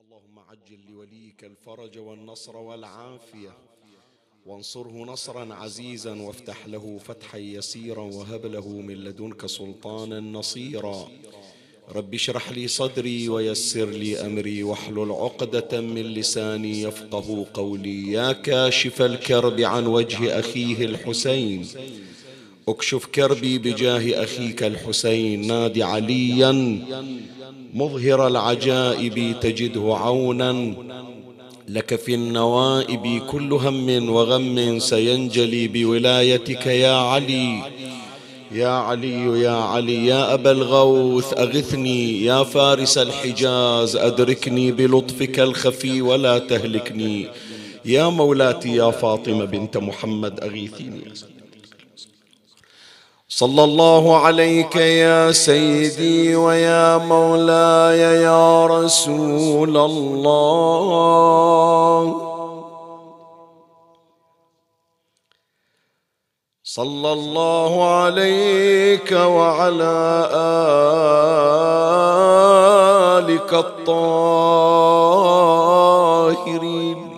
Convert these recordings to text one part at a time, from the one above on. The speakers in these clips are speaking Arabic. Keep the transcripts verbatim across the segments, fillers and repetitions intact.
اللهم عجل لوليك الفرج والنصر والعافية، وانصره نصرا عزيزا، وافتح له فتحا يسيرا، وهب له من لدنك سلطانا نصيرا. رب اشرح لي صدري ويسر لي أمري، واحلل عقدة من لساني يفقه قولي. يا كاشف الكرب عن وجه أخيه الحسين، اكشف كربي بجاه أخيك الحسين. نادي عليا مظهر العجائب تجده عونا لك في النوائب. كل هم وغم سينجلي بولايتك يا علي. يا علي يا علي يا أبا الغوث أغثني، يا فارس الحجاز أدركني بلطفك الخفي ولا تهلكني. يا مولاتي يا فاطمة بنت محمد أغيثيني. صلى الله عليك يا سيدي ويا مولاي يا رسول الله. صلى الله عليك وعلى آلك الطاهرين.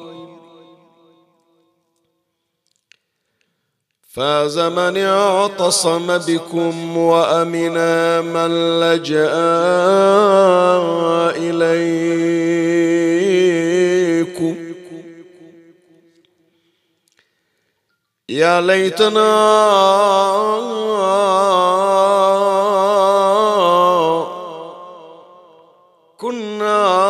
فاز من اعتصم بكم، وأمن من لجأ إليكم. يا ليتنا كنا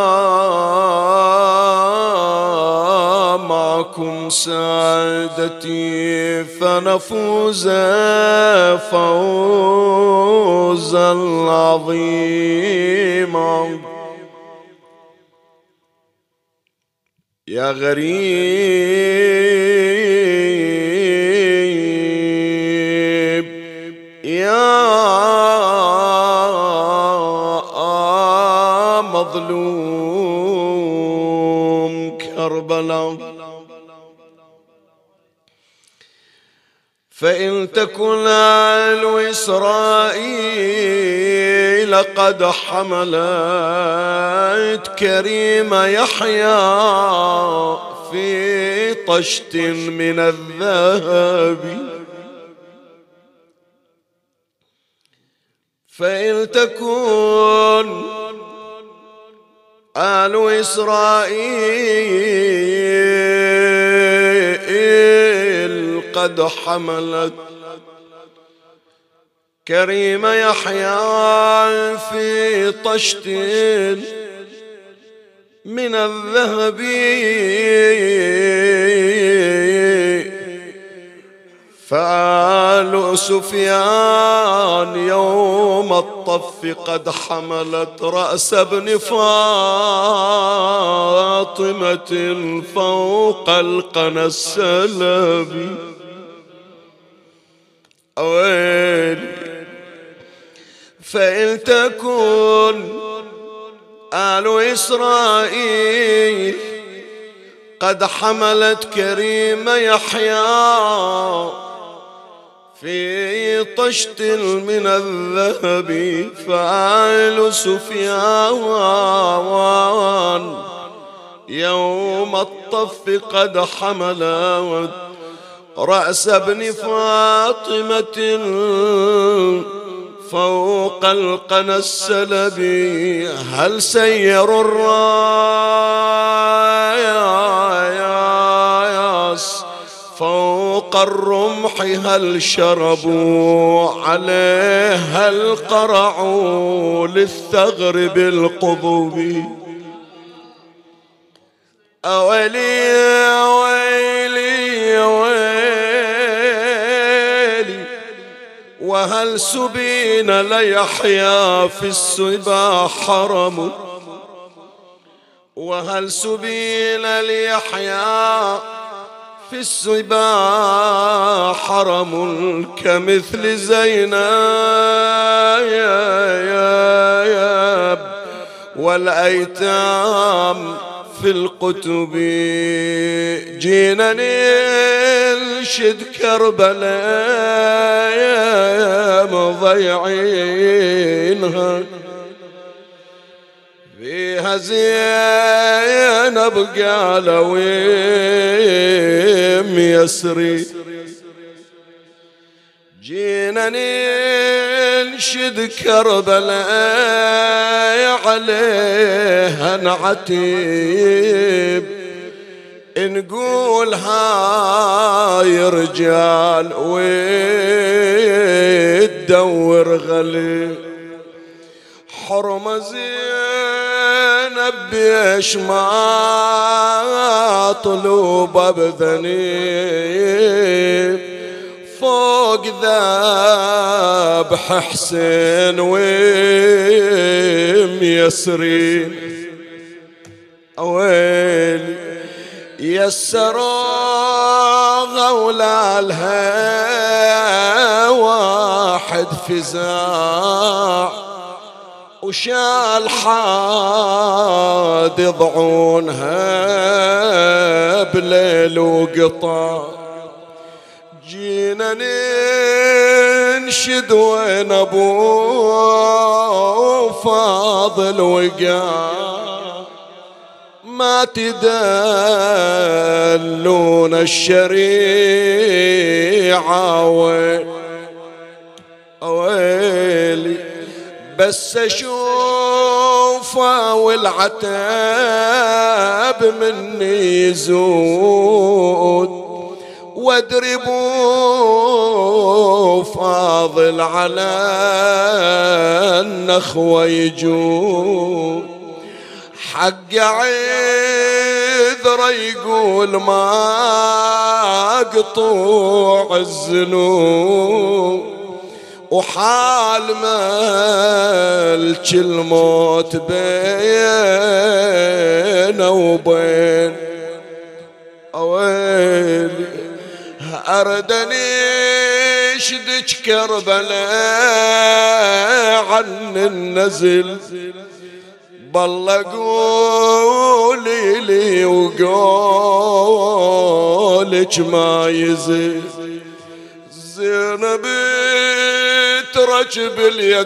معكم سعادتي، فنفوز فوزا عظيما. يا غريب يا مظلوم كربلاء، فإن تكن آل إسرائيل قد حملت كريم يحيى في طشت من الذهب، فإن تكن آل إسرائيل قد حملت كريم يحيى في طشت من الذهب، فآل سفيان يوم الطف قد حملت رأس ابن فاطمة فوق القنا السلبي. أويلي فإن تكن آل إسرائيل قد حملت كريم يحيى في طشت من الذهب، فآل سفيان يوم الطف قد حملت رأس ابن فاطمة فوق القنا السلبي. هل سيروا الراياس فوق الرمح، هل شربوا عليه، هل قرعوا للثغر بالقضب. أولي ويلي ويلي، وهل سبين ليحيى في السبا حرم، وهل سبين ليحيى في السبا حرم كمثل زينب والأيتام في القتب. جينا ننشد كربلاء مضيعينها، فيها بيها زينب قالوا ويم يسري جينا ننشد كربلاء عليها نعتيب نقول هاي رجال ويدور غلي حرمة زينب بيش ما طلوب بذنيب فوق ذابح حسين وميسرين اويلي يسروا غولالها واحد فزاع وشال حاد ضعونها بليل وقطع جينا ننشد وين ابو فاضل وقع ما تدلون الشريعة ويلي بس اشوفه والعتاب مني يزود وادربوا فاضل على النخوة يجود حق عذره يقول ما قطوع الذنوب وحال ملك الموت بينه وبين اويلي اردني شدك كربلاء عن النزل بالله قولي لي وقولك ما يزيد زينب تركب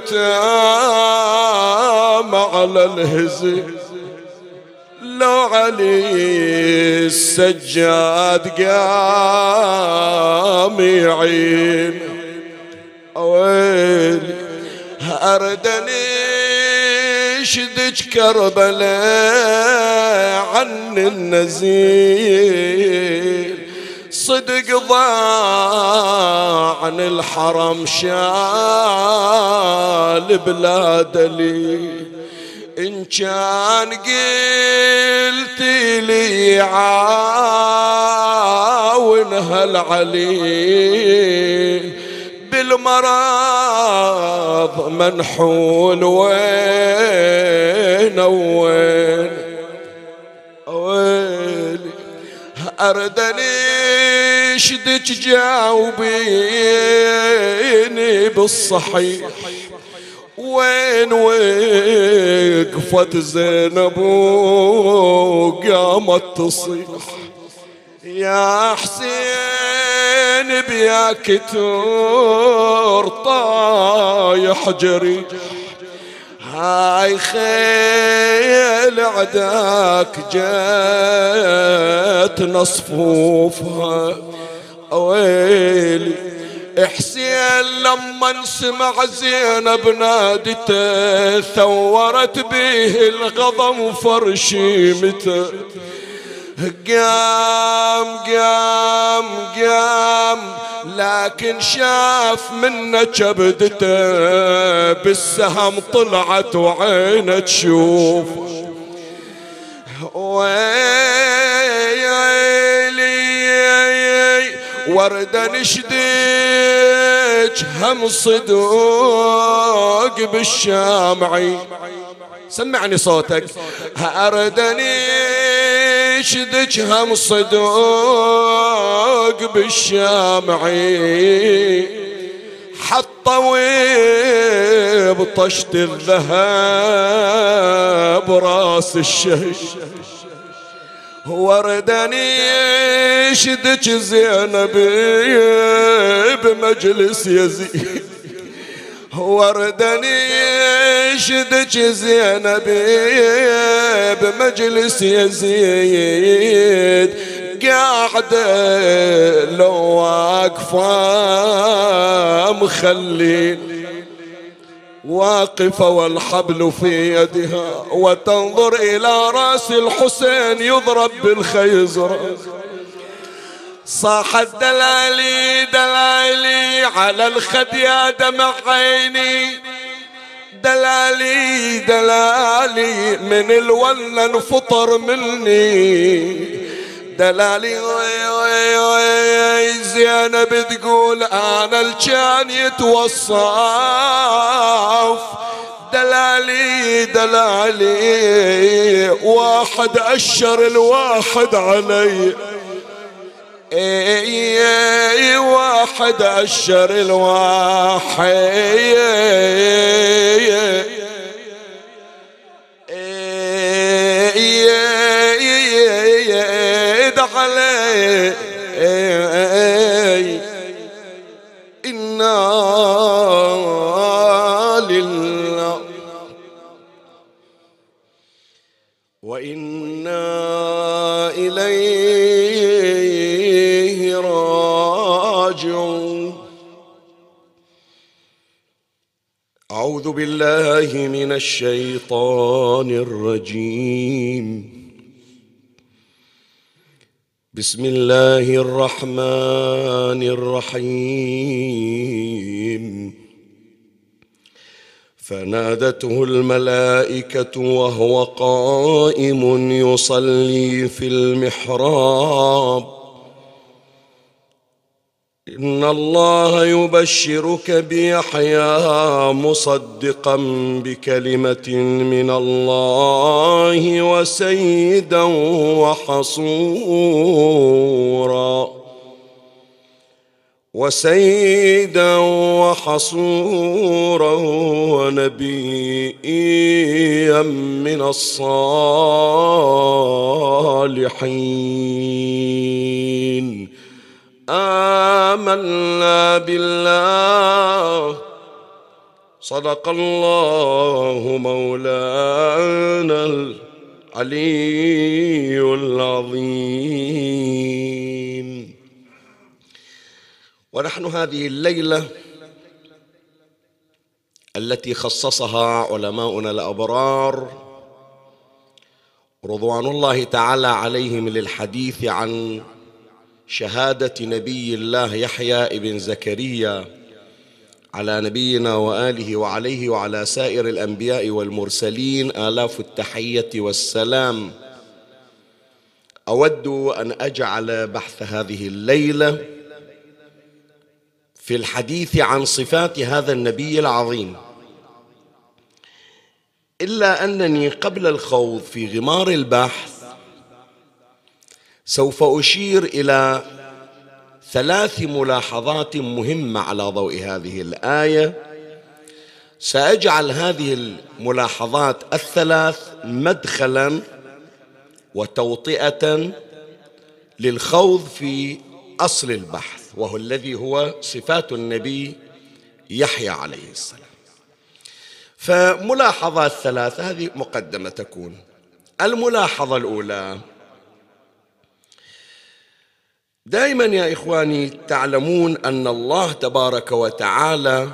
اليتامى على الهزي لو علي السجاد قام يعين اويلي اردني شدك كربلاء عن النزيل صدق ضاع عن الحرم شال بلاد لي إن كان قلت لي عاون هالعليل بالمرض منحول وين وين ويلي أردني شدك جاوبيني بالصحيح وين وقفت زينب وقامت تصيح يا حسين بياك تور طايح جري هاي خيل عداك جات نصفوفها ويلي حسين لما سمع زينب نادته ثورت به الغضب وفرشيمته قام قام قام لكن شاف منه كبدته بالسهم طلعت وعينه تشوف ويلي ورده نشدك هم صدوق بالشامعي سمعني صوتك أردني شدك هم صدوق بالشامعي حطوا بطشت الذهب راس الشهيد وردني شدك زينب بمجلس يزيد وردني ينشدك زينبي بمجلس يزيد قاعدة لو واقفة مخلين واقفة والحبل في يدها وتنظر إلى رأس الحسين يضرب بالخيزرة. صاحت دلالي دلالي على الخد يا دمع عيني، دلالي دلالي من الولى انفطر مني، دلالي زينب تقول انا الجان يتوصف، دلالي دلالي واحد اشر الواحد علي، اي واحد اشر الواحد عليه إنا لله وإنا إليه راجعون. أعوذ بالله من الشيطان الرجيم. بسم الله الرحمن الرحيم. فنادته الملائكة وهو قائم يصلي في المحراب إن الله يبشرك بيحيى مصدقا بكلمة من الله وسيدا وحصورا وسيدا وحصورا ونبيا من الصالحين. آمنا بالله صدق الله مولانا العلي العظيم. ونحن هذه الليلة التي خصصها علماؤنا الأبرار رضوان الله تعالى عليهم للحديث عن شهادة نبي الله يحيى ابن زكريا على نبينا وآله وعليه وعلى سائر الأنبياء والمرسلين آلاف التحية والسلام. أود أن أجعل بحث هذه الليلة في الحديث عن صفات هذا النبي العظيم، إلا أنني قبل الخوض في غمار البحث سوف أشير إلى ثلاث ملاحظات مهمة على ضوء هذه الآية. سأجعل هذه الملاحظات الثلاث مدخلاً وتوطئة للخوض في أصل البحث، وهو الذي هو صفات النبي يحيى عليه السلام. فملاحظات ثلاثة، هذه مقدمة تكون. الملاحظة الأولى: دائما يا إخواني تعلمون أن الله تبارك وتعالى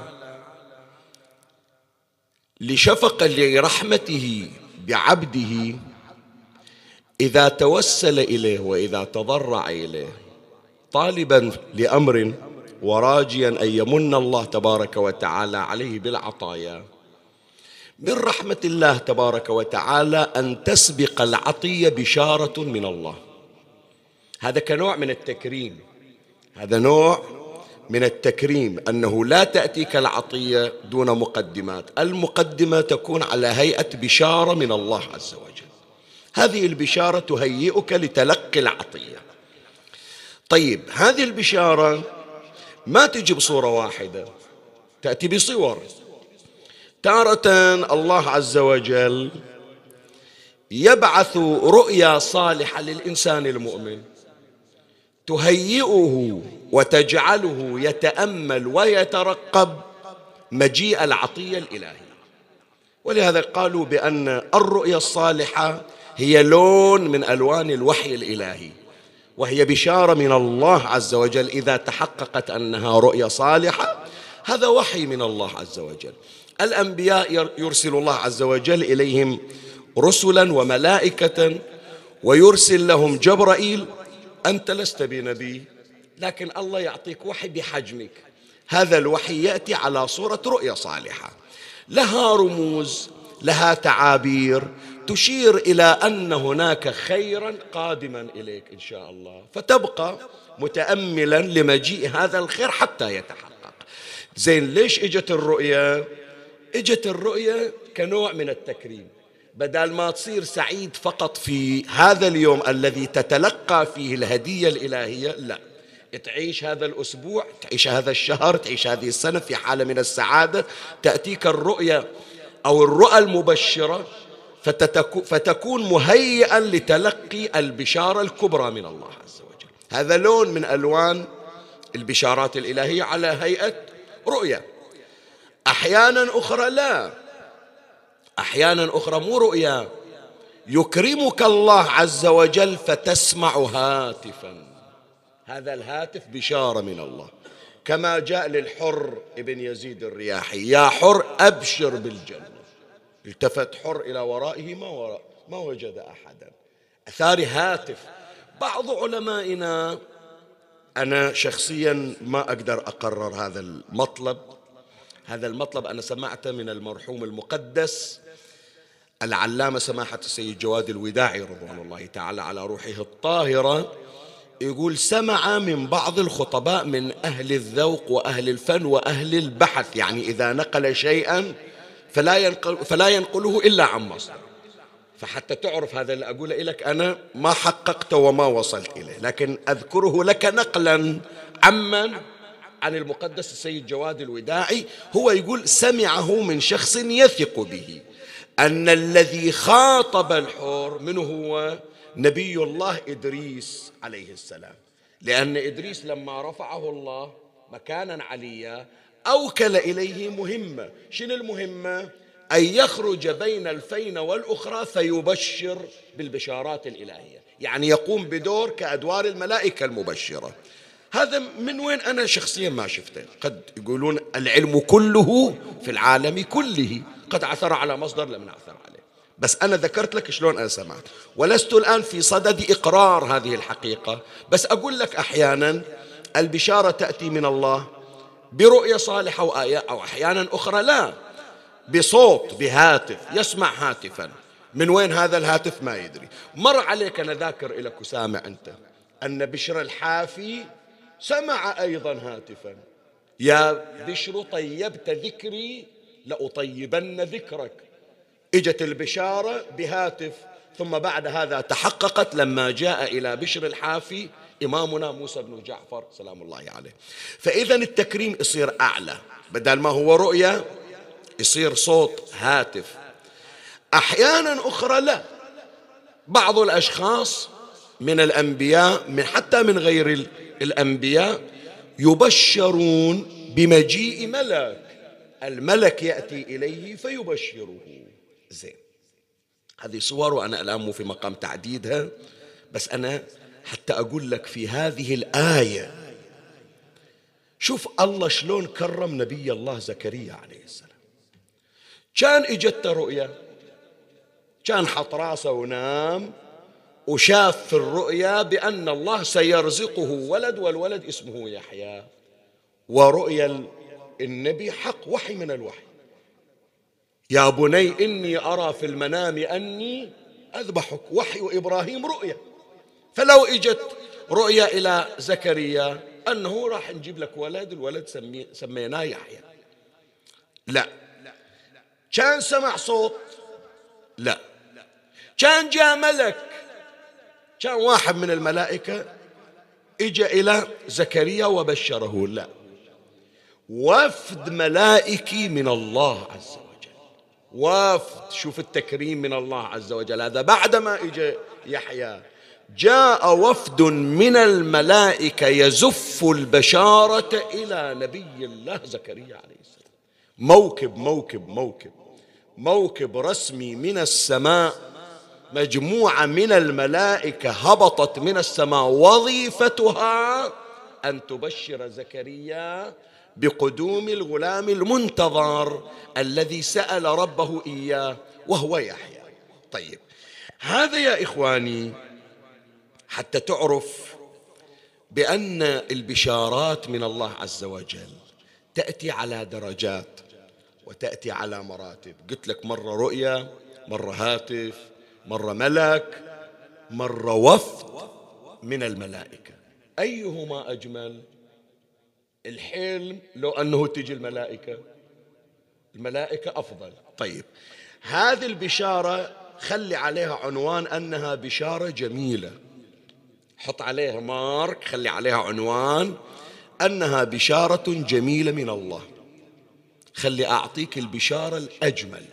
لشفقة لرحمته بعبده إذا توسل إليه وإذا تضرع إليه طالبا لأمر وراجيا أن يمن الله تبارك وتعالى عليه بالعطايا، من رحمة الله تبارك وتعالى أن تسبق العطية بشارة من الله. هذا كنوع من التكريم، هذا نوع من التكريم، أنه لا تأتيك العطية دون مقدمات، المقدمة تكون على هيئة بشارة من الله عز وجل. هذه البشارة تهيئك لتلقي العطية. طيب، هذه البشارة ما تجي بصورة واحدة، تأتي بصور. تارة الله عز وجل يبعث رؤيا صالحة للإنسان المؤمن تهيئه وتجعله يتأمل ويترقب مجيء العطية الإلهية. ولهذا قالوا بأن الرؤيا الصالحة هي لون من ألوان الوحي الإلهي، وهي بشارة من الله عز وجل إذا تحققت أنها رؤيا صالحة، هذا وحي من الله عز وجل. الأنبياء يرسل الله عز وجل إليهم رسلا وملائكة، ويرسل لهم جبرائيل. أنت لست بنبي، لكن الله يعطيك وحي بحجمك، هذا الوحي يأتي على صورة رؤيا صالحة، لها رموز، لها تعابير تشير إلى أن هناك خيرا قادما إليك إن شاء الله، فتبقى متأملا لمجيء هذا الخير حتى يتحقق. زين، ليش اجت الرؤيا؟ اجت الرؤيا كنوع من التكريم، بدل ما تصير سعيد فقط في هذا اليوم الذي تتلقى فيه الهدية الإلهية، لا، تعيش هذا الأسبوع، تعيش هذا الشهر، تعيش هذه السنة في حالة من السعادة، تأتيك الرؤيا أو الرؤى المبشرة فتكون مهيئا لتلقي البشارة الكبرى من الله عز وجل. هذا لون من ألوان البشارات الإلهية على هيئة رؤيا. أحيانا أخرى لا، أحيانا أخرى مو رؤيا، يكرمك الله عز وجل فتسمع هاتفا، هذا الهاتف بشارة من الله، كما جاء للحر ابن يزيد الرياحي: يا حر أبشر بالجنة. التفت حر إلى ورائه ما, وراء ما وجد أحدا، أثار هاتف. بعض علمائنا، أنا شخصيا ما أقدر أقرر هذا المطلب، هذا المطلب أنا سمعته من المرحوم المقدس العلامة سماحة السيد جواد الوداعي رضوان الله تعالى على روحه الطاهرة، يقول سمع من بعض الخطباء من أهل الذوق وأهل الفن وأهل البحث، يعني إذا نقل شيئا فلا ينقل فلا ينقله إلا عن مصدر. فحتى تعرف هذا اللي أقوله لك أنا ما حققته وما وصلت إليه، لكن أذكره لك نقلا عمن عن المقدس السيد جواد الوداعي. هو يقول سمعه من شخص يثق به أن الذي خاطب الحور منه هو نبي الله إدريس عليه السلام، لأن إدريس لما رفعه الله مكانا عليا أوكل إليه مهمة. شنو المهمة؟ أن يخرج بين الفين والأخرى فيبشر بالبشارات الإلهية، يعني يقوم بدور كأدوار الملائكة المبشرة. هذا من وين أنا شخصيا ما شفته. قد يقولون العلم كله في العالم كله، قد عثر على مصدر لم نعثر عليه، بس أنا ذكرت لك شلون أنا سمعت، ولست الآن في صدد إقرار هذه الحقيقة، بس أقول لك أحيانا البشارة تأتي من الله برؤية صالحة وآية، أو أحيانا أخرى لا، بصوت، بهاتف، يسمع هاتفا. من وين هذا الهاتف ما يدري. مر عليك، أنا ذاكر لك وسامع أنت، أن بشر الحافي سمع أيضا هاتفا: يا بشر طيبت ذكري لأطيبن ذكرك. اجت البشارة بهاتف، ثم بعد هذا تحققت لما جاء إلى بشر الحافي إمامنا موسى بن جعفر سلام الله عليه. فإذا التكريم يصير أعلى، بدل ما هو رؤيا يصير صوت هاتف. أحيانا أخرى لا، بعض الأشخاص من الأنبياء، من حتى من غير الأنبياء، يبشرون بمجيء ملك، الملك يأتي إليه فيبشره. زين، هذه صور وأنا الآن مو في مقام تعديدها، بس أنا حتى أقول لك في هذه الآية شوف الله شلون كرم نبي الله زكريا عليه السلام. كان إجت رؤيا، كان حط راسه ونام وشاف في الرؤيا بأن الله سيرزقه ولد، والولد اسمه يحيى، ورؤيا النبي حق، وحي من الوحي. يا بني إني أرى في المنام أني أذبحك، وحي إبراهيم رؤيا. فلو إجت رؤيا إلى زكريا أنه راح نجيب لك ولد، الولد سمي سميناه يحيى، لا. كان سمع صوت، لا. كان جاء ملك، كان واحد من الملائكة إجا إلى زكريا وبشره، لا. وفد ملائكي من الله عز وجل، وفد. شوف التكريم من الله عز وجل. هذا بعدما إجا يحيى جاء وفد من الملائكة يزف البشارة إلى نبي الله زكريا عليه السلام. موكب موكب موكب. موكب رسمي من السماء، مجموعة من الملائكة هبطت من السماء وظيفتها أن تبشر زكريا بقدوم الغلام المنتظر الذي سأل ربه إياه وهو يحيى. طيب، هذا يا إخواني حتى تعرف بأن البشارات من الله عز وجل تأتي على درجات وتأتي على مراتب. قلت لك مرة رؤيا، مرة هاتف، مرة ملك، مرة وفد من الملائكة. أيهما أجمل؟ الحلم لو أنه تجي الملائكة، الملائكة أفضل. طيب، هذه البشارة خلي عليها عنوان أنها بشارة جميلة، حط عليها مارك، خلي عليها عنوان أنها بشارة جميلة من الله. خلي أعطيك البشارة الأجمل.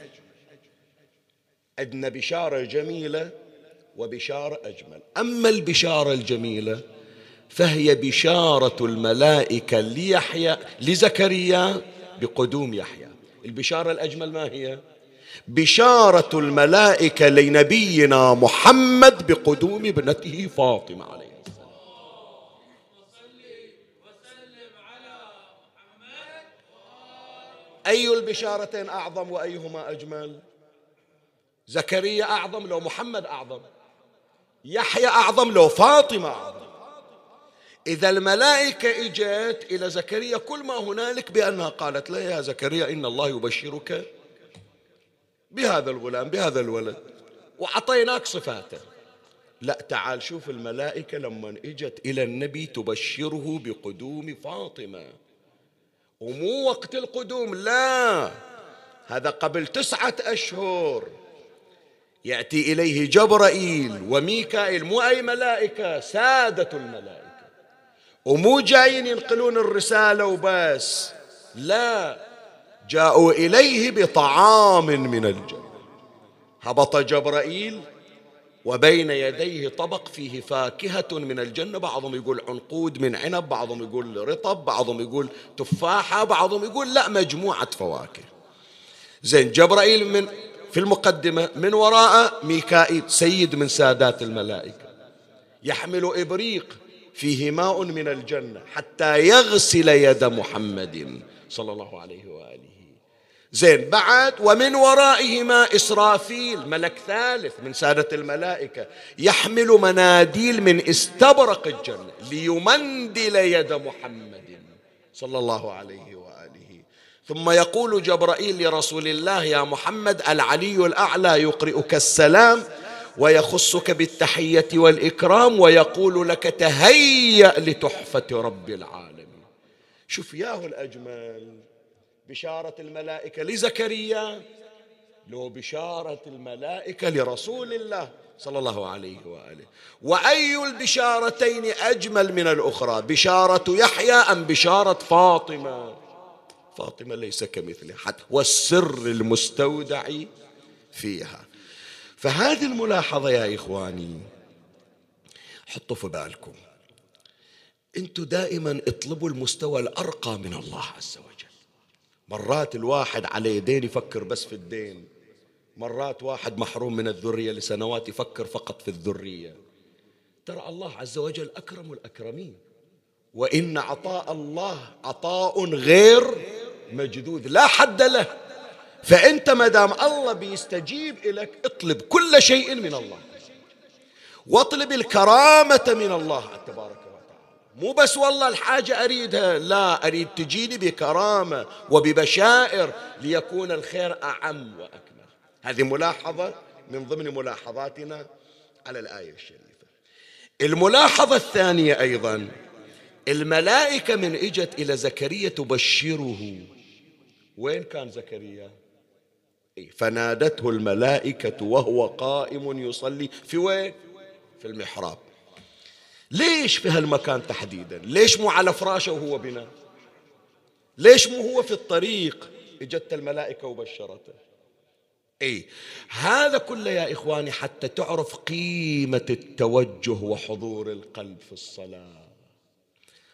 عندنا بشارة جميلة وبشارة أجمل. أما البشارة الجميلة فهي بشارة الملائكة ليحيى لزكريا بقدوم يحيى. البشارة الأجمل ما هي؟ بشارة الملائكة لنبينا محمد بقدوم ابنته فاطمة عليه السلام. أي البشارتين أعظم وأيهما أجمل؟ زكريا أعظم لو محمد أعظم، يحيى أعظم لو فاطمة أعظم. إذا الملائكة إجت إلى زكريا كل ما هنالك بأنها قالت له يا زكريا إن الله يبشرك بهذا الغلام بهذا الولد وأعطيناك صفاته. لا، تعال شوف الملائكة لما إجت إلى النبي تبشره بقدوم فاطمة، ومو وقت القدوم، لا، هذا قبل تسعة أشهر يأتي إليه جبرائيل وميكائيل، مو أي ملائكة، سادة الملائكة، ومو جايين ينقلون الرسالة وبس، لا، جاءوا إليه بطعام من الجنة. هبط جبرائيل وبين يديه طبق فيه فاكهة من الجنة، بعضهم يقول عنقود من عنب، بعضهم يقول رطب، بعضهم يقول تفاحة، بعضهم يقول لا، مجموعة فواكه. زين، جبرائيل من في المقدمة، من وراء ميكائيل سيد من سادات الملائكة يحمل إبريق فيه ماء من الجنة حتى يغسل يد محمد صلى الله عليه وآله. زين، بعد ومن ورائهما إسرافيل ملك ثالث من سادة الملائكة يحمل مناديل من استبرق الجنة ليمندل يد محمد صلى الله عليه وآله. ثم يقول جبرائيل لرسول الله يا محمد العلي الأعلى يقرئك السلام ويخصك بالتحية والإكرام ويقول لك تهيأ لتحفة رب العالمين. شوف ياهو الأجمل، بشارة الملائكة لزكريا لو بشارة الملائكة لرسول الله صلى الله عليه وآله. وأي البشارتين أجمل من الأخرى، بشارة يحيى أم بشارة فاطمة؟ فاطمة ليس كمثله حتى، والسر المستودع فيها. فهذه الملاحظة يا إخواني حطوا في بالكم، أنتوا دائما اطلبوا المستوى الأرقى من الله عز وجل. مرات الواحد على يدين يفكر بس في الدين، مرات واحد محروم من الذرية لسنوات يفكر فقط في الذرية. ترى الله عز وجل أكرم الأكرمين، وإن عطاء الله عطاء غير مجدود لا حد له. فأنت مدام الله بيستجيب إليك اطلب كل شيء من الله، واطلب الكرامة من الله تبارك وتعالى. مو بس والله الحاجة أريدها، لا، أريد تجيني بكرامة وببشائر ليكون الخير أعم وأكمل. هذه ملاحظة من ضمن ملاحظاتنا على الآية الشريفة. الملاحظة الثانية أيضا، الملائكة من إجت إلى زكريا تبشره، وين كان زكريا؟ فنادته الملائكة وهو قائم يصلي في وين؟ في المحراب. ليش في هالمكان تحديدا؟ ليش مو على فراشه وهو بناء؟ ليش مو هو في الطريق اجت الملائكة وبشرته؟ اي هذا كله يا إخواني حتى تعرف قيمة التوجه وحضور القلب في الصلاة.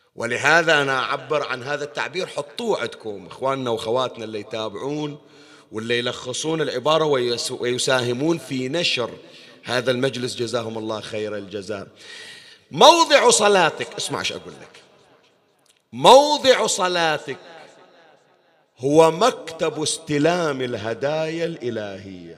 ولهذا أنا أعبر عن هذا التعبير، حطوه عندكم إخواننا وأخواتنا اللي يتابعون واللي يلخصون العبارة ويساهمون في نشر هذا المجلس جزاهم الله خير الجزاء. موضع صلاتك، اسمع ايش أقول لك، موضع صلاتك هو مكتب استلام الهدايا الإلهية.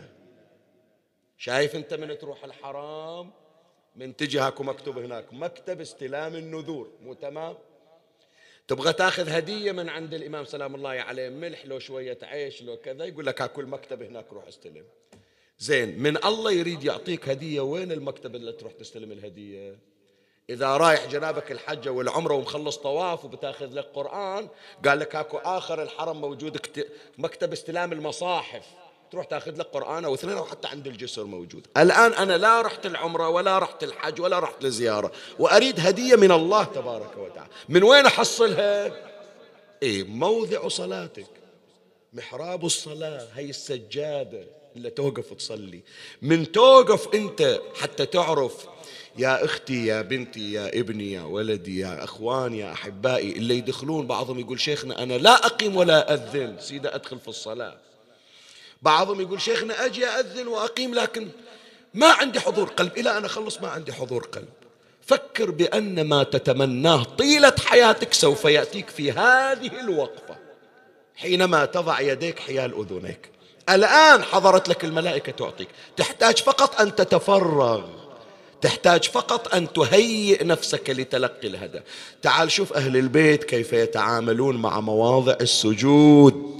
شايف أنت من تروح الحرام من تجي هاكو مكتوب هناك مكتب استلام النذور، مو تمام؟ تبغى تاخذ هدية من عند الإمام سلام الله عليه، ملح لو شوية عيش لو كذا، يقول لك هاكو المكتب هناك روح استلم. زين، من الله يريد يعطيك هدية، وين المكتب اللي تروح تستلم الهدية؟ إذا رايح جنابك الحجة والعمرة ومخلص طواف وبتاخذ لك قرآن، قال لك هاكو آخر الحرم موجود مكتب استلام المصاحف، تروح تاخذ لك قرآن أو اثنين، أو حتى عند الجسر موجود. الآن أنا لا رحت العمرة ولا رحت الحج ولا رحت لزيارة، وأريد هدية من الله تبارك وتعالى، من وين أحصلها؟ إيه، موضع صلاتك، محراب الصلاة، هي السجادة اللي توقف تصلي. من توقف أنت حتى تعرف يا أختي يا بنتي يا ابني يا ولدي يا أخواني يا أحبائي، اللي يدخلون بعضهم يقول شيخنا أنا لا أقيم ولا أذن، سيدة أدخل في الصلاة. بعضهم يقول شيخنا أجي أذن وأقيم لكن ما عندي حضور قلب. إلى أنا أخلص ما عندي حضور قلب. فكر بأن ما تتمناه طيلة حياتك سوف يأتيك في هذه الوقفة، حينما تضع يديك حيال أذنيك. الآن حضرت لك الملائكة تعطيك، تحتاج فقط أن تتفرغ، تحتاج فقط أن تهيئ نفسك لتلقي الهدى. تعال شوف أهل البيت كيف يتعاملون مع مواضع السجود.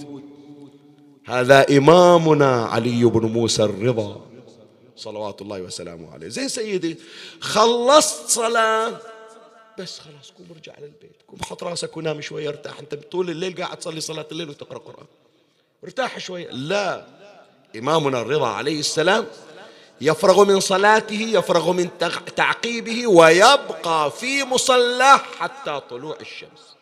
هذا إمامنا علي بن موسى الرضا صلوات الله وسلامه عليه. زين سيدي، خلصت صلاة بس خلاص، قوم ارجع للبيت، قوم حط راسك ونام شوية، ارتاح. أنت طول الليل قاعد تصلي صلاة الليل وتقرأ قرآن، ارتاح شوية. لا، إمامنا الرضا عليه السلام يفرغ من صلاته، يفرغ من تعقيبه، ويبقى في مصلاه حتى طلوع الشمس.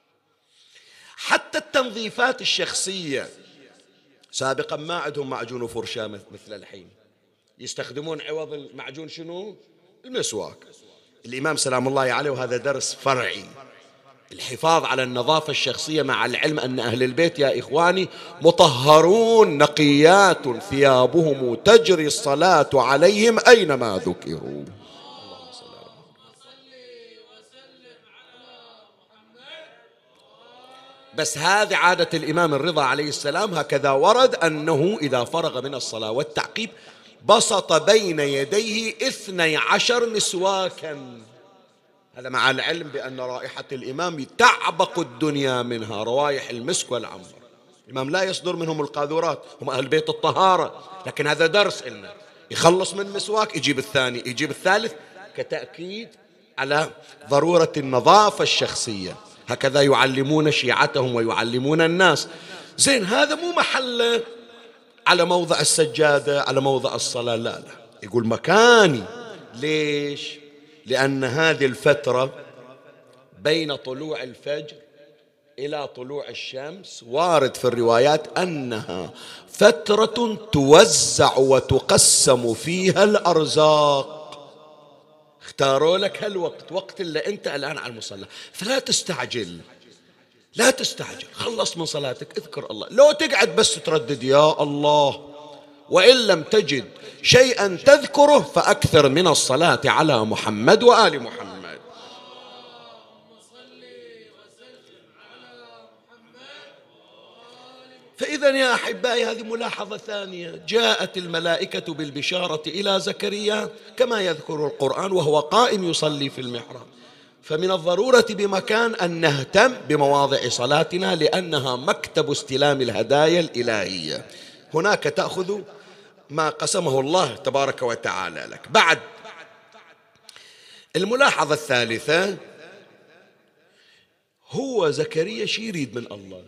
حتى التنظيفات الشخصية سابقا ما عندهم معجون وفرشاة مثل الحين، يستخدمون عوض المعجون شنو؟ المسواك. الإمام سلام الله عليه، وهذا درس فرعي، الحفاظ على النظافة الشخصية، مع العلم أن أهل البيت يا إخواني مطهرون نقيات ثيابهم تجري الصلاة عليهم أينما ذكروا. بس هذه عادة الإمام الرضا عليه السلام، هكذا ورد أنه إذا فرغ من الصلاة والتعقيب بسط بين يديه اثني عشر مسواكا. هذا مع العلم بأن رائحة الإمام تعبق الدنيا منها، روايح المسك والعنبر. الإمام لا يصدر منهم القاذورات، هم أهل بيت الطهارة، لكن هذا درس إلنا. يخلص من مسواك يجيب الثاني يجيب الثالث، كتأكيد على ضرورة النظافة الشخصية. هكذا يعلمون شيعتهم ويعلمون الناس. زين، هذا مو محله على موضع السجادة على موضع الصلاة، لا لا، يقول مكاني. ليش؟ لأن هذه الفترة بين طلوع الفجر إلى طلوع الشمس وارد في الروايات أنها فترة توزع وتقسم فيها الأرزاق. اختاروا لك هالوقت، وقت اللي أنت الآن على المصلى، فلا تستعجل، لا تستعجل، خلص من صلاتك، اذكر الله. لو تقعد بس تردد يا الله، وإن لم تجد شيئا تذكره فأكثر من الصلاة على محمد وآل محمد. فإذا يا أحبائي، هذه ملاحظة ثانية. جاءت الملائكة بالبشارة إلى زكريا كما يذكر القرآن وهو قائم يصلي في المحراب. فمن الضرورة بمكان أن نهتم بمواضع صلاتنا، لأنها مكتب استلام الهدايا الإلهية. هناك تأخذ ما قسمه الله تبارك وتعالى لك. بعد الملاحظة الثالثة، هو زكريا شي يريد من الله؟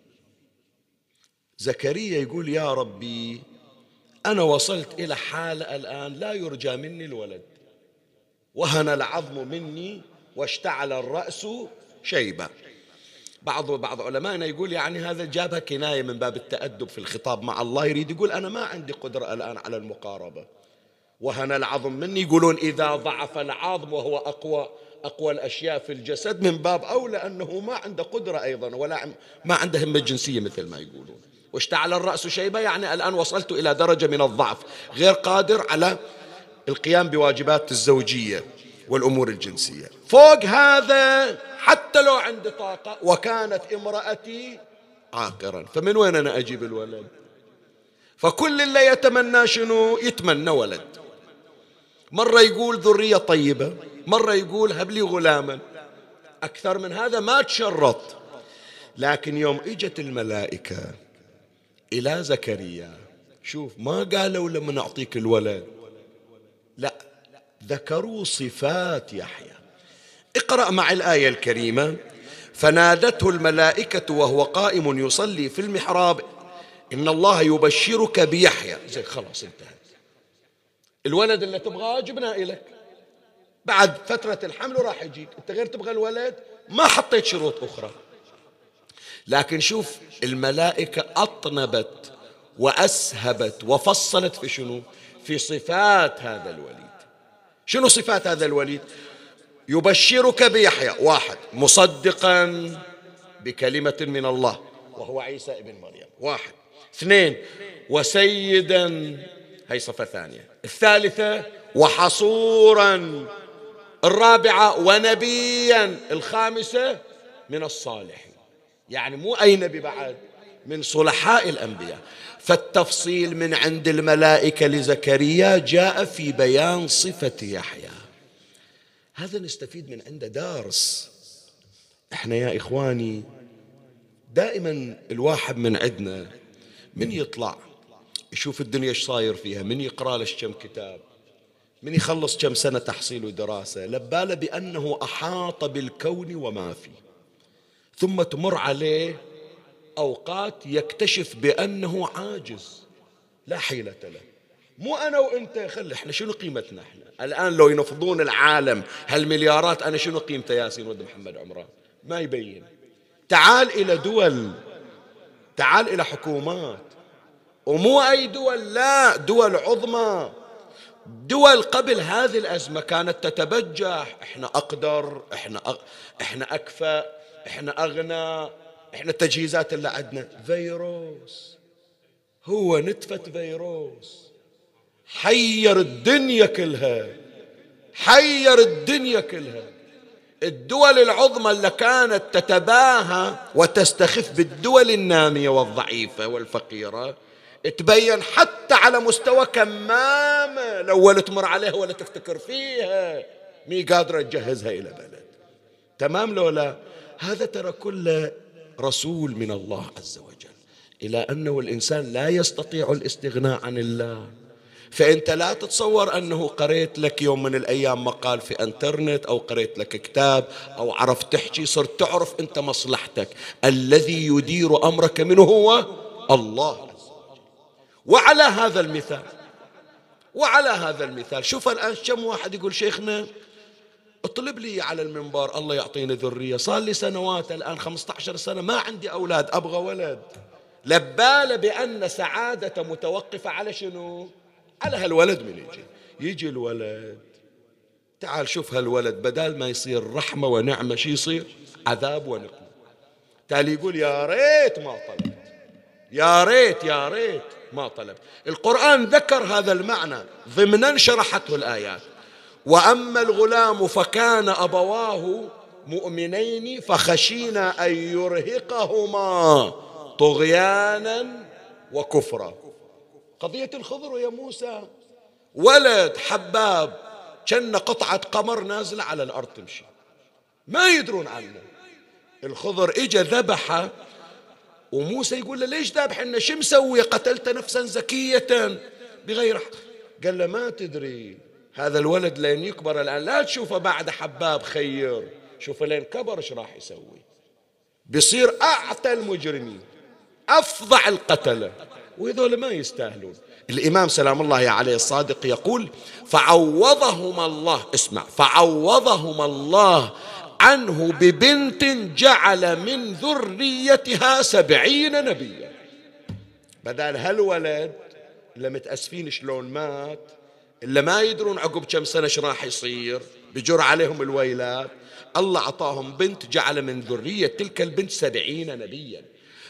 زكريا يقول يا ربي أنا وصلت إلى حالة الآن لا يرجى مني الولد، وهن العظم مني واشتعل الرأس شيبة. بعض بعض علمائنا يقول يعني هذا جابها كناية من باب التأدب في الخطاب مع الله، يريد يقول أنا ما عندي قدرة الآن على المقاربة. وهن العظم مني، يقولون إذا ضعف العظم وهو أقوى أقوى الأشياء في الجسد من باب أولى أنه ما عنده قدرة أيضا، ولا ما عنده همة جنسية مثل ما يقولون. واشتعل الرأس شيبة، يعني الآن وصلت إلى درجة من الضعف، غير قادر على القيام بواجبات الزوجية والأمور الجنسية. فوق هذا حتى لو عندي طاقة وكانت امرأتي عاقرا، فمن وين أنا أجيب الولد؟ فكل اللي يتمنى شنو؟ يتمنى ولد. مرة يقول ذرية طيبة، مرة يقول هب لي غلاما، أكثر من هذا ما تشرط. لكن يوم إجت الملائكة إلى زكريا، شوف ما قالوا لما نعطيك الولد، لا، ذكروا صفات يحيى. اقرأ مع الآية الكريمة: فنادته الملائكة وهو قائم يصلي في المحراب إن الله يبشرك بيحيى. زي خلاص انتهت، الولد اللي تبغاه جبناه إليك، بعد فترة الحمل راح يجيك، انت غير تبغى الولد، ما حطيت شروط أخرى. لكن شوف الملائكة أطنبت وأسهبت وفصلت في شنو؟ في صفات هذا الوليد. شنو صفات هذا الوليد؟ يبشرك بيحيى، واحد مصدقا بكلمة من الله وهو عيسى ابن مريم، واحد. اثنين وسيدا، هي صفة ثانية. الثالثة وحصورا. الرابعة ونبيا. الخامسة من الصالحين، يعني مو أي نبي بعد، من صلحاء الأنبياء. فالتفصيل من عند الملائكة لزكريا جاء في بيان صفة يحيى. هذا نستفيد من عنده درس. احنا يا إخواني دائما الواحد من عندنا من يطلع يشوف الدنيا ايش صاير فيها، من يقرأ له كم كتاب، من يخلص كم سنة تحصيل ودراسة، لباله بأنه أحاط بالكون وما فيه، ثم تمر عليه أوقات يكتشف بأنه عاجز لا حيلة له. مو أنا وإنت، خلي إحنا شنو قيمتنا إحنا الآن؟ لو ينفضون العالم هالمليارات، أنا شنو قيمته ياسين ولد محمد عمران؟ ما يبين. تعال إلى دول، تعال إلى حكومات، ومو أي دول، لا، دول عظمى. دول قبل هذه الأزمة كانت تتبجح: إحنا أقدر، إحنا أغ... إحنا أكفأ، إحنا أغنى، إحنا التجهيزات اللي عندنا. فيروس، هو نتفة فيروس حير الدنيا كلها، حير الدنيا كلها. الدول العظمى اللي كانت تتباهى وتستخف بالدول النامية والضعيفة والفقيرة، تبين حتى على مستوى كمامة لو ولا تمر عليها ولا تفتكر فيها مي قادرة تجهزها إلى بلد. تمام لو لا؟ هذا ترى كله رسول من الله عز وجل إلى أنه الإنسان لا يستطيع الاستغناء عن الله. فأنت لا تتصور أنه قريت لك يوم من الأيام مقال في انترنت أو قريت لك كتاب أو عرفت تحكي صرت تعرف أنت مصلحتك. الذي يدير أمرك منه هو الله عز وجل. وعلى هذا المثال، وعلى هذا المثال شوف الآن كم واحد يقول شيخنا اطلب لي على المنبر الله يعطيني ذرية، صار لي سنوات الآن خمسة عشر سنة ما عندي أولاد، أبغى ولد. لبال بأن سعادة متوقفة على شنو؟ على هالولد. من يجي يجي الولد، تعال شوف هالولد بدال ما يصير رحمة ونعمة شي يصير؟ عذاب ونقمة. تالي يقول يا ريت ما طلبت، يا ريت يا ريت ما طلبت. القرآن ذكر هذا المعنى ضمنا شرحته الآيات: وأما الغلام فكان أبواه مؤمنين فخشينا أن يرهقهما طغيانا وكفرا. قضية الخضر يا موسى، ولد حباب كان قطعة قمر نازلة على الأرض تمشي، ما يدرون عنه. الخضر إجا ذبحه، وموسى يقول له ليش ذابحنا؟ شو مسوي؟ قتلت نفسا زكية بغير حق. قال له ما تدري هذا الولد لين يكبر الآن لا تشوفه بعد حباب خير، شوفه لين كبر ايش راح يسوي؟ بيصير أعتى المجرمين، أفظع القتلة، وهذول ما يستاهلون. الإمام سلام الله عليه الصادق يقول: فعوضهما الله، اسمع، فعوضهما الله عنه ببنت جعل من ذريتها سبعين نبيا. بدل هالولد اللي متأسفين شلون مات، اللي ما يدرون عقب كم سنة ايش راح يصير، بجر عليهم الويلات، الله أعطاهم بنت جعل من ذرية تلك البنت سبعين نبيا.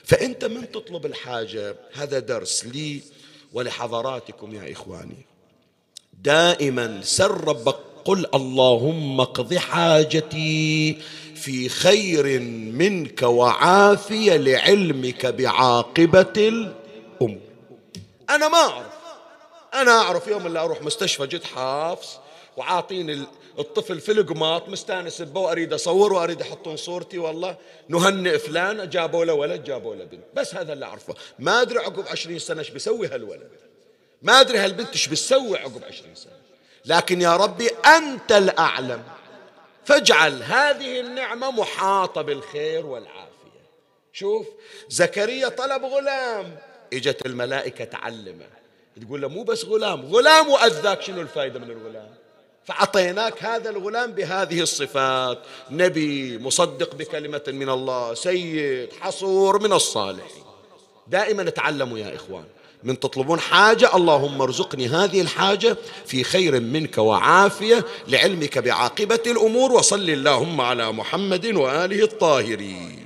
فأنت من تطلب الحاجة، هذا درس لي ولحضراتكم يا إخواني، دائما سر ربك، قل اللهم اقض حاجتي في خير منك وعافية لعلمك بعاقبة الأمور. أنا ما أعرف، أنا أعرف يوم اللي أروح مستشفى جد حافظ وعاطيني الطفل في القماط مستانس بو، أريد أصور وأريد أحطون صورتي، والله نهنئ فلان جابوا له ولد جابوا له بنت، بس هذا اللي أعرفه. ما أدري عقب عشرين سنة إيش بيسوي هالولد، ما أدري هالبنت إيش بتسوي عقب عشرين سنة، لكن يا ربي أنت الأعلم، فاجعل هذه النعمة محاطة بالخير والعافية. شوف زكريا طلب غلام، إجت الملائكة تعلمه، تقول له مو بس غلام، غلام وأذاك، شنو الفائدة من الغلام؟ فأعطيناك هذا الغلام بهذه الصفات، نبي مصدق بكلمة من الله، سيد حصور من الصالحين. دائما تعلموا يا إخوان، من تطلبون حاجة اللهم ارزقني هذه الحاجة في خير منك وعافية لعلمك بعاقبة الأمور. وصل اللهم على محمد وآله الطاهرين.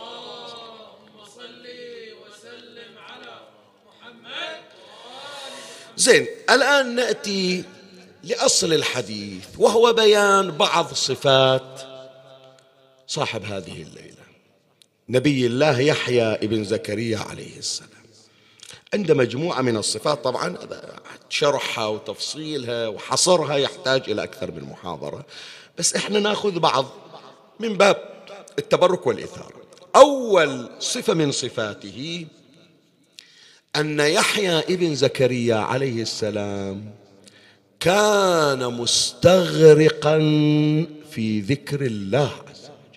زين، الآن نأتي لأصل الحديث، وهو بيان بعض صفات صاحب هذه الليلة، نبي الله يحيى ابن زكريا عليه السلام. عنده مجموعة من الصفات، طبعا شرحها وتفصيلها وحصرها يحتاج إلى أكثر من محاضرة، بس إحنا نأخذ بعض من باب التبرك والإثارة. أول صفة من صفاته أن يحيى ابن زكريا عليه السلام كان مستغرقا في ذكر الله عز وجل.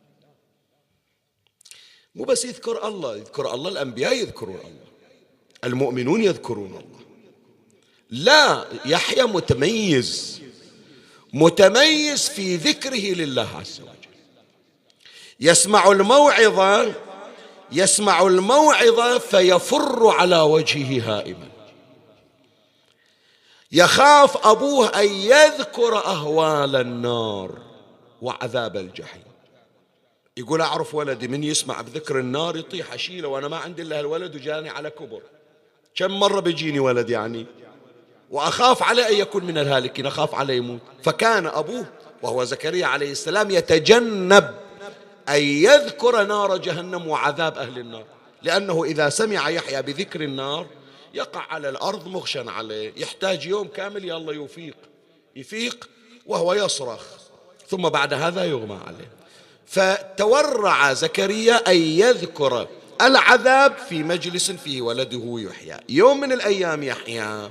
مو بس يذكر الله، يذكر الله، الأنبياء يذكرون الله، المؤمنون يذكرون الله، لا، يحيى متميز، متميز في ذكره لله عز وجل. يسمع الموعظة يسمع الموعظة فيفر على وجهه هائما، يخاف أبوه أن يذكر أهوال النار وعذاب الجحيم. يقول أعرف ولدي من يسمع بذكر النار يطيح أشيله، وأنا ما عندي إلا هالولد وجاني على كبر، كم مرة بيجيني ولد يعني، وأخاف عليه أن يكون من الهالكين، أخاف عليه يموت. فكان أبوه وهو زكريا عليه السلام يتجنب أن يذكر نار جهنم وعذاب أهل النار، لأنه إذا سمع يحيى بذكر النار يقع على الأرض مغشى عليه، يحتاج يوم كامل يلا يفيق يفيق وهو يصرخ، ثم بعد هذا يغمى عليه. فتورع زكريا أن يذكر العذاب في مجلس فيه ولده يحيى. يوم من الأيام يحيى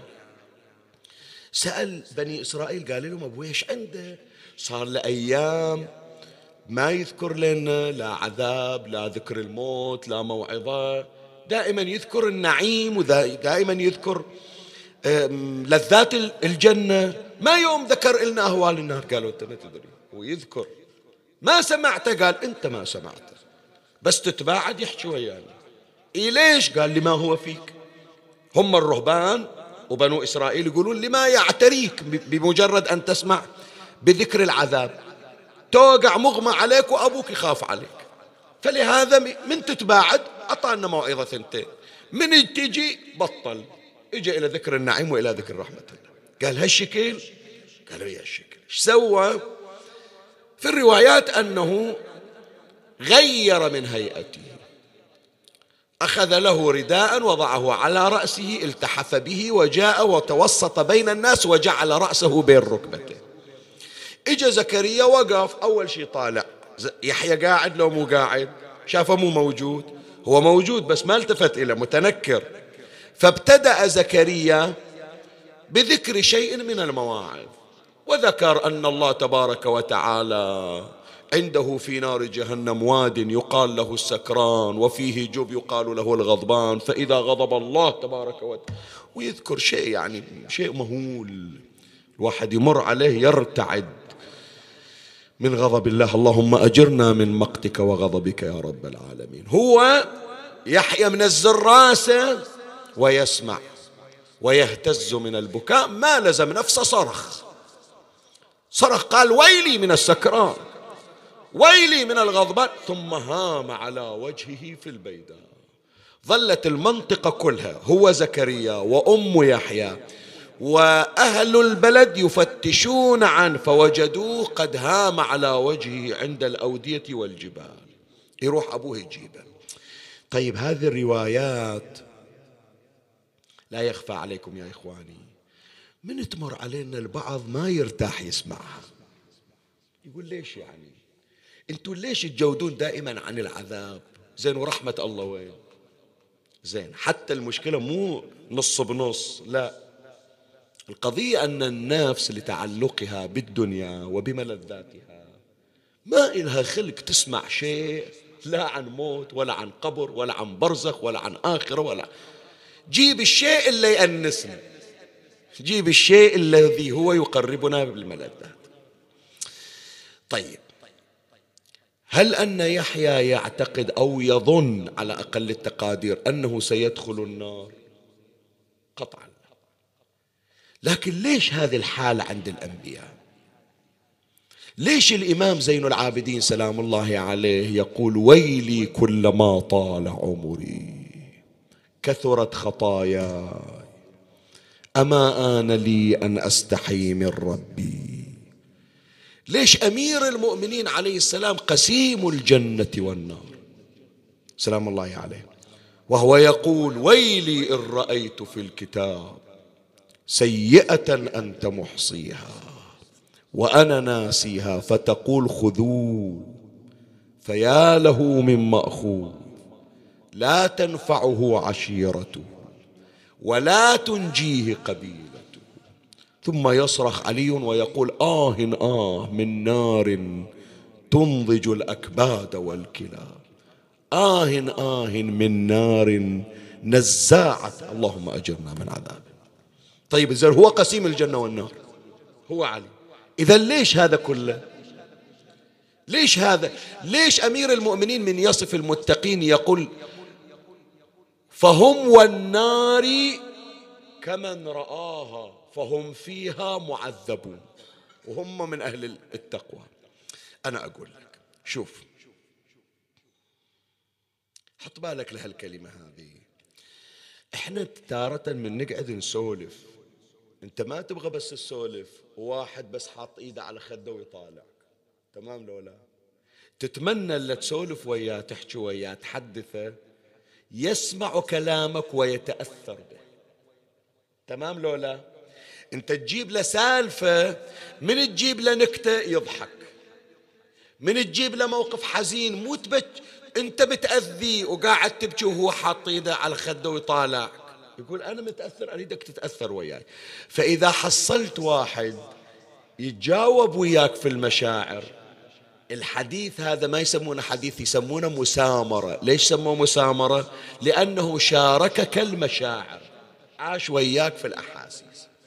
سأل بني إسرائيل، قال لهم أبوي إيش عنده؟ صار له أيام ما يذكر لنا لا عذاب، لا ذكر الموت، لا موعظة، دائما يذكر النعيم ودائما يذكر لذات الجنة، ما يوم ذكر لنا أهوال النار. قالوا أنت ما تدري، هو يذكر ما سمعته، قال أنت ما سمعته، بس تتباعد يحكي ويانا. إيه ليش؟ قال لما هو فيك. هم الرهبان وبنو إسرائيل يقولون لما يعتريك بمجرد أن تسمع بذكر العذاب، توقع مغمى عليك وأبوك يخاف عليك، فلهذا من تتباعد أعطانا موعظة ثنتين، من تجي بطل، اجى إلى ذكر النعيم وإلى ذكر رحمة الله. قال هالشكل؟ قالوا يا الشكل. ايش سوى؟ في الروايات أنه غير من هيئته، أخذ له رداء وضعه على رأسه، التحف به وجاء وتوسط بين الناس وجعل رأسه بين ركبته. إجا زكريا وقف، أول شيء طالع، يحيى قاعد لو مو قاعد، شافه مو موجود، هو موجود بس ما التفت إليه، متنكر. فابتدأ زكريا بذكر شيء من المواعظ، وذكر أن الله تبارك وتعالى عنده في نار جهنم واد يقال له السكران، وفيه جب يقال له الغضبان، فإذا غضب الله تبارك وتعالى، ويذكر شيء يعني شيء مهول، الواحد يمر عليه يرتعد من غضب الله. اللهم أجرنا من مقتك وغضبك يا رب العالمين. هو يحيى منزل راسه ويسمع ويهتز من البكاء، ما لزم نفسه، صرخ صرخ قال ويلي من السكران، ويلي من الغضبان، ثم هام على وجهه في البيداء. ظلت المنطقة كلها هو زكريا وأم يحيى وأهل البلد يفتشون عنه فوجدوه قد هام على وجهه عند الأودية والجبال. يروح أبوه يجيبه. طيب هذه الروايات لا يخفى عليكم يا إخواني، من تمر علينا البعض ما يرتاح يسمعها، يقول ليش يعني انتوا ليش تجودون دائما عن العذاب؟ زين ورحمة الله وين؟ زين حتى المشكلة مو نص بنص، لا، القضية أن النفس لتعلقها بالدنيا وبملذاتها ما إلها خلق تسمع شيء لا عن موت ولا عن قبر ولا عن برزخ ولا عن آخرة، ولا جيب الشيء اللي يأنسنا، جيب الشيء الذي هو يقربنا بالملذات. طيب هل أن يحيى يعتقد أو يظن على أقل التقادير أنه سيدخل النار؟ قطعا. لكن ليش هذه الحالة عند الأنبياء؟ ليش الإمام زين العابدين سلام الله عليه يقول ويلي كلما طال عمري كثرت خطاياي أما آن لي أن أستحي من ربي؟ ليش أمير المؤمنين عليه السلام قسيم الجنة والنار سلام الله عليه وهو يقول ويلي إن رأيت في الكتاب سيئة أنت محصيها وأنا ناسيها فتقول خذوه فيا له من مأخوذ لا تنفعه عشيرته ولا تنجيه قبيلته. ثم يصرخ علي ويقول آه آه من نار تنضج الأكباد والكلى، آه آه من نار نزاعة، اللهم أجرنا من عذابه. طيب إذا هو قسيم الجنة والنار هو علي، إذا ليش هذا كله؟ ليش هذا؟ ليش أمير المؤمنين من يصف المتقين يقول فهم والنار كمن رآها فهم فيها معذبون، وهم من أهل التقوى. أنا أقول لك شوف، حط بالك لهالكلمة هذه. احنا تارة من نقعد نسولف، انت ما تبغى بس تسولف واحد بس حاط ايده على خده ويطالعك، تمام لو لا؟ تتمنى اللي تسولف وياه تحكي وياه تحدثه يسمع كلامك ويتأثر به، تمام لو لا؟ انت تجيب له سالفة، من تجيب له نكتة يضحك، من تجيب له موقف حزين مو تبت انت بتأذيه وقاعد تبكي وهو حاط ايده على خده ويطالعك، يقول انا متأثر اريدك تتأثر وياي. فاذا حصلت واحد يتجاوب وياك في المشاعر، الحديث هذا ما يسمونه حديث، يسمونه مسامرة. ليش سموه مسامرة؟ لأنه شاركك المشاعر، عاش وياك في الأحاسيس.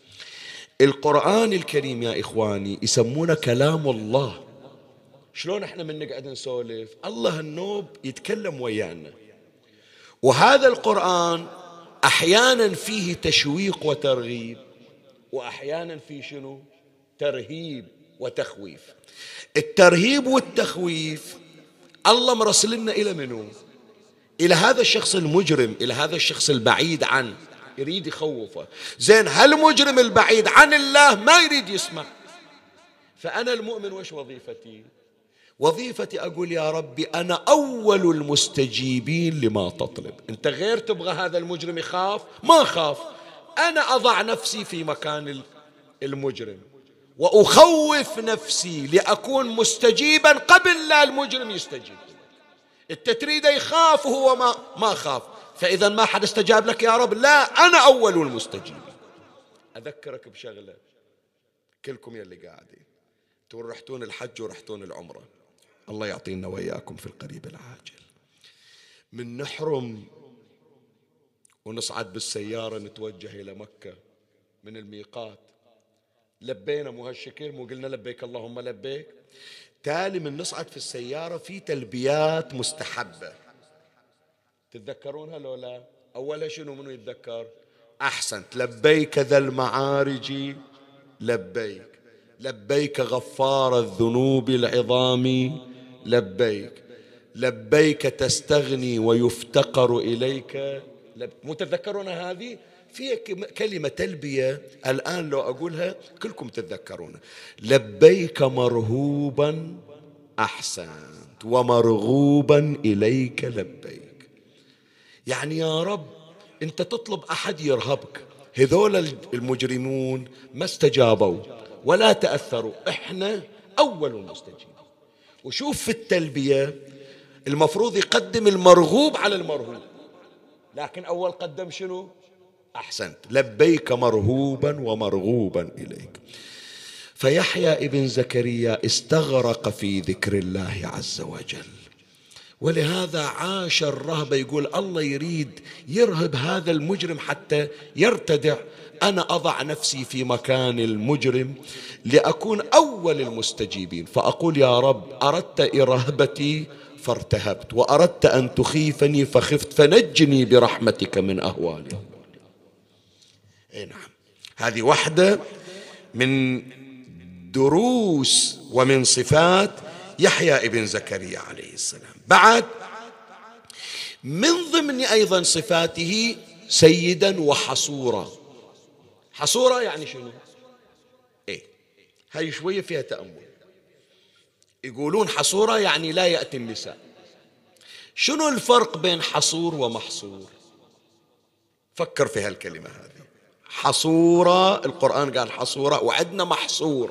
القرآن الكريم يا إخواني يسمونه كلام الله. شلون احنا من نقعد نسولف الله النوب يتكلم ويانا، وهذا القرآن أحيانا فيه تشويق وترغيب، وأحيانا فيه شنو؟ ترهيب وتخويف. الترهيب والتخويف الله مرسلنا إلى منو؟ إلى هذا الشخص المجرم، إلى هذا الشخص البعيد عنه، يريد يخوفه. زين هالمجرم البعيد عن الله ما يريد يسمع، فأنا المؤمن وش وظيفتي؟ وظيفتي أقول يا ربي أنا أول المستجيبين لما تطلب. أنت غير تبغى هذا المجرم يخاف، ما خاف، أنا أضع نفسي في مكان المجرم وأخوف نفسي لأكون مستجيبا قبل لا المجرم يستجيب. أنت تريد يخاف وهو ما ما خاف، فإذا ما حد استجاب لك يا رب، لا أنا أول المستجيب. أذكرك بشغلة، كلكم يلي قاعدين تقول رحتون الحج ورحتون العمرة، الله يعطينا وياكم في القريب العاجل. من نحرم ونصعد بالسيارة نتوجه إلى مكة من الميقات، لبينا مو هالشكل، مو قلنا لبيك اللهم لبيك؟ تالي من نصعد في السيارة في تلبيات مستحبة، تتذكرونها لو لا؟ أولها شنو منو يتذكر؟ أحسنت، لبيك ذا المعارج لبيك، لبيك غفار الذنوب العظام لبيك، لبيك تستغني ويفتقر إليك. مو تتذكرون هذه؟ في كلمة تلبية الآن لو أقولها كلكم تتذكرونها. لبيك مرهوبا أحسنت ومرغوبا إليك لبيك. يعني يا رب أنت تطلب أحد يرهبك، هذول المجرمون ما استجابوا ولا تأثروا، إحنا أول المستجيبين. وشوف في التلبية المفروض يقدم المرغوب على المرهوب، لكن أول قدم شنو؟ أحسنت، لبيك مرهوبا ومرغوبا إليك. فيحيى ابن زكريا استغرق في ذكر الله عز وجل، ولهذا عاش الرهبة. يقول الله يريد يرهب هذا المجرم حتى يرتدع، أنا أضع نفسي في مكان المجرم لأكون أول المستجيبين، فأقول يا رب أردت إرهبتي فارتهبت، وأردت أن تخيفني فخفت، فنجني برحمتك من أهوالي. أي نعم، هذه واحدة من دروس ومن صفات يحيى ابن زكريا عليه السلام. بعد من ضمن أيضا صفاته سيدا وحصورا. حصورا يعني شنو؟ إيه، هاي شوية فيها تأمل. يقولون حصورا يعني لا يأتي النساء. شنو الفرق بين حصور ومحصور؟ فكر في هالكلمة هذه. حصورا القرآن قال حصورا، وعدنا محصور.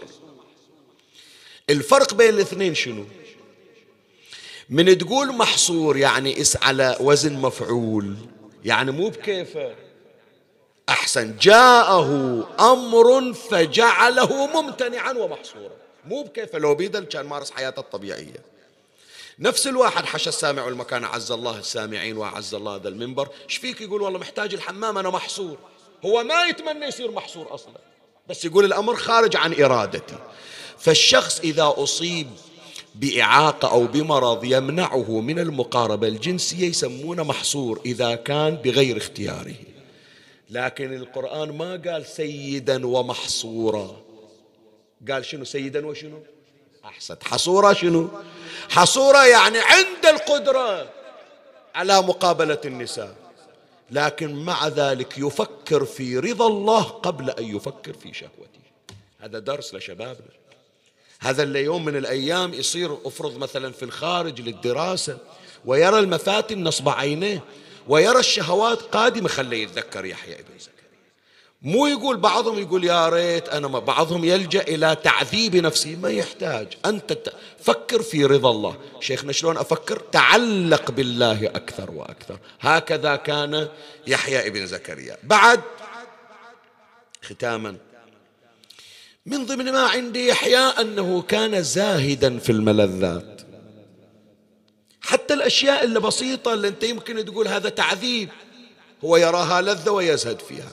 الفرق بين الاثنين شنو؟ من تقول محصور يعني اس على وزن مفعول، يعني مو بكيفه. أحسن، جاءه أمر فجعله ممتنعا ومحصورا، مو بكيفه، لو بيدل كان مارس حياته الطبيعية. نفس الواحد حشى السامع المكان، عز الله السامعين وعز الله هذا المنبر، ايش فيك يقول والله محتاج الحمام أنا محصور؟ هو ما يتمنى يصير محصور أصلا، بس يقول الأمر خارج عن إرادتي. فالشخص إذا أصيب بإعاقة أو بمرض يمنعه من المقاربة الجنسية يسمونه محصور إذا كان بغير اختياره. لكن القرآن ما قال سيدا ومحصورا، قال شنو؟ سيدا وشنو؟ أحسنت. حصورا شنو؟ حصورا يعني عند القدرة على مقابلة النساء، لكن مع ذلك يفكر في رضا الله قبل أن يفكر في شهوته. هذا درس لشبابنا. هذا اللي يوم من الأيام يصير أفرض مثلا في الخارج للدراسة ويرى المفاتن نصب عينيه ويرى الشهوات قادمة، خليه يتذكر يحيى ابن زكريا. مو يقول بعضهم يقول يا ريت أنا ما، بعضهم يلجأ إلى تعذيب نفسه. ما يحتاج، أنت فكر في رضا الله. شيخنا شلون أفكر؟ تعلق بالله أكثر وأكثر. هكذا كان يحيى ابن زكريا. بعد ختاما، من ضمن ما عندي يحيى أنه كان زاهدا في الملذات، حتى الأشياء اللي بسيطة اللي أنت يمكن تقول هذا تعذيب هو يراها لذة ويزهد فيها.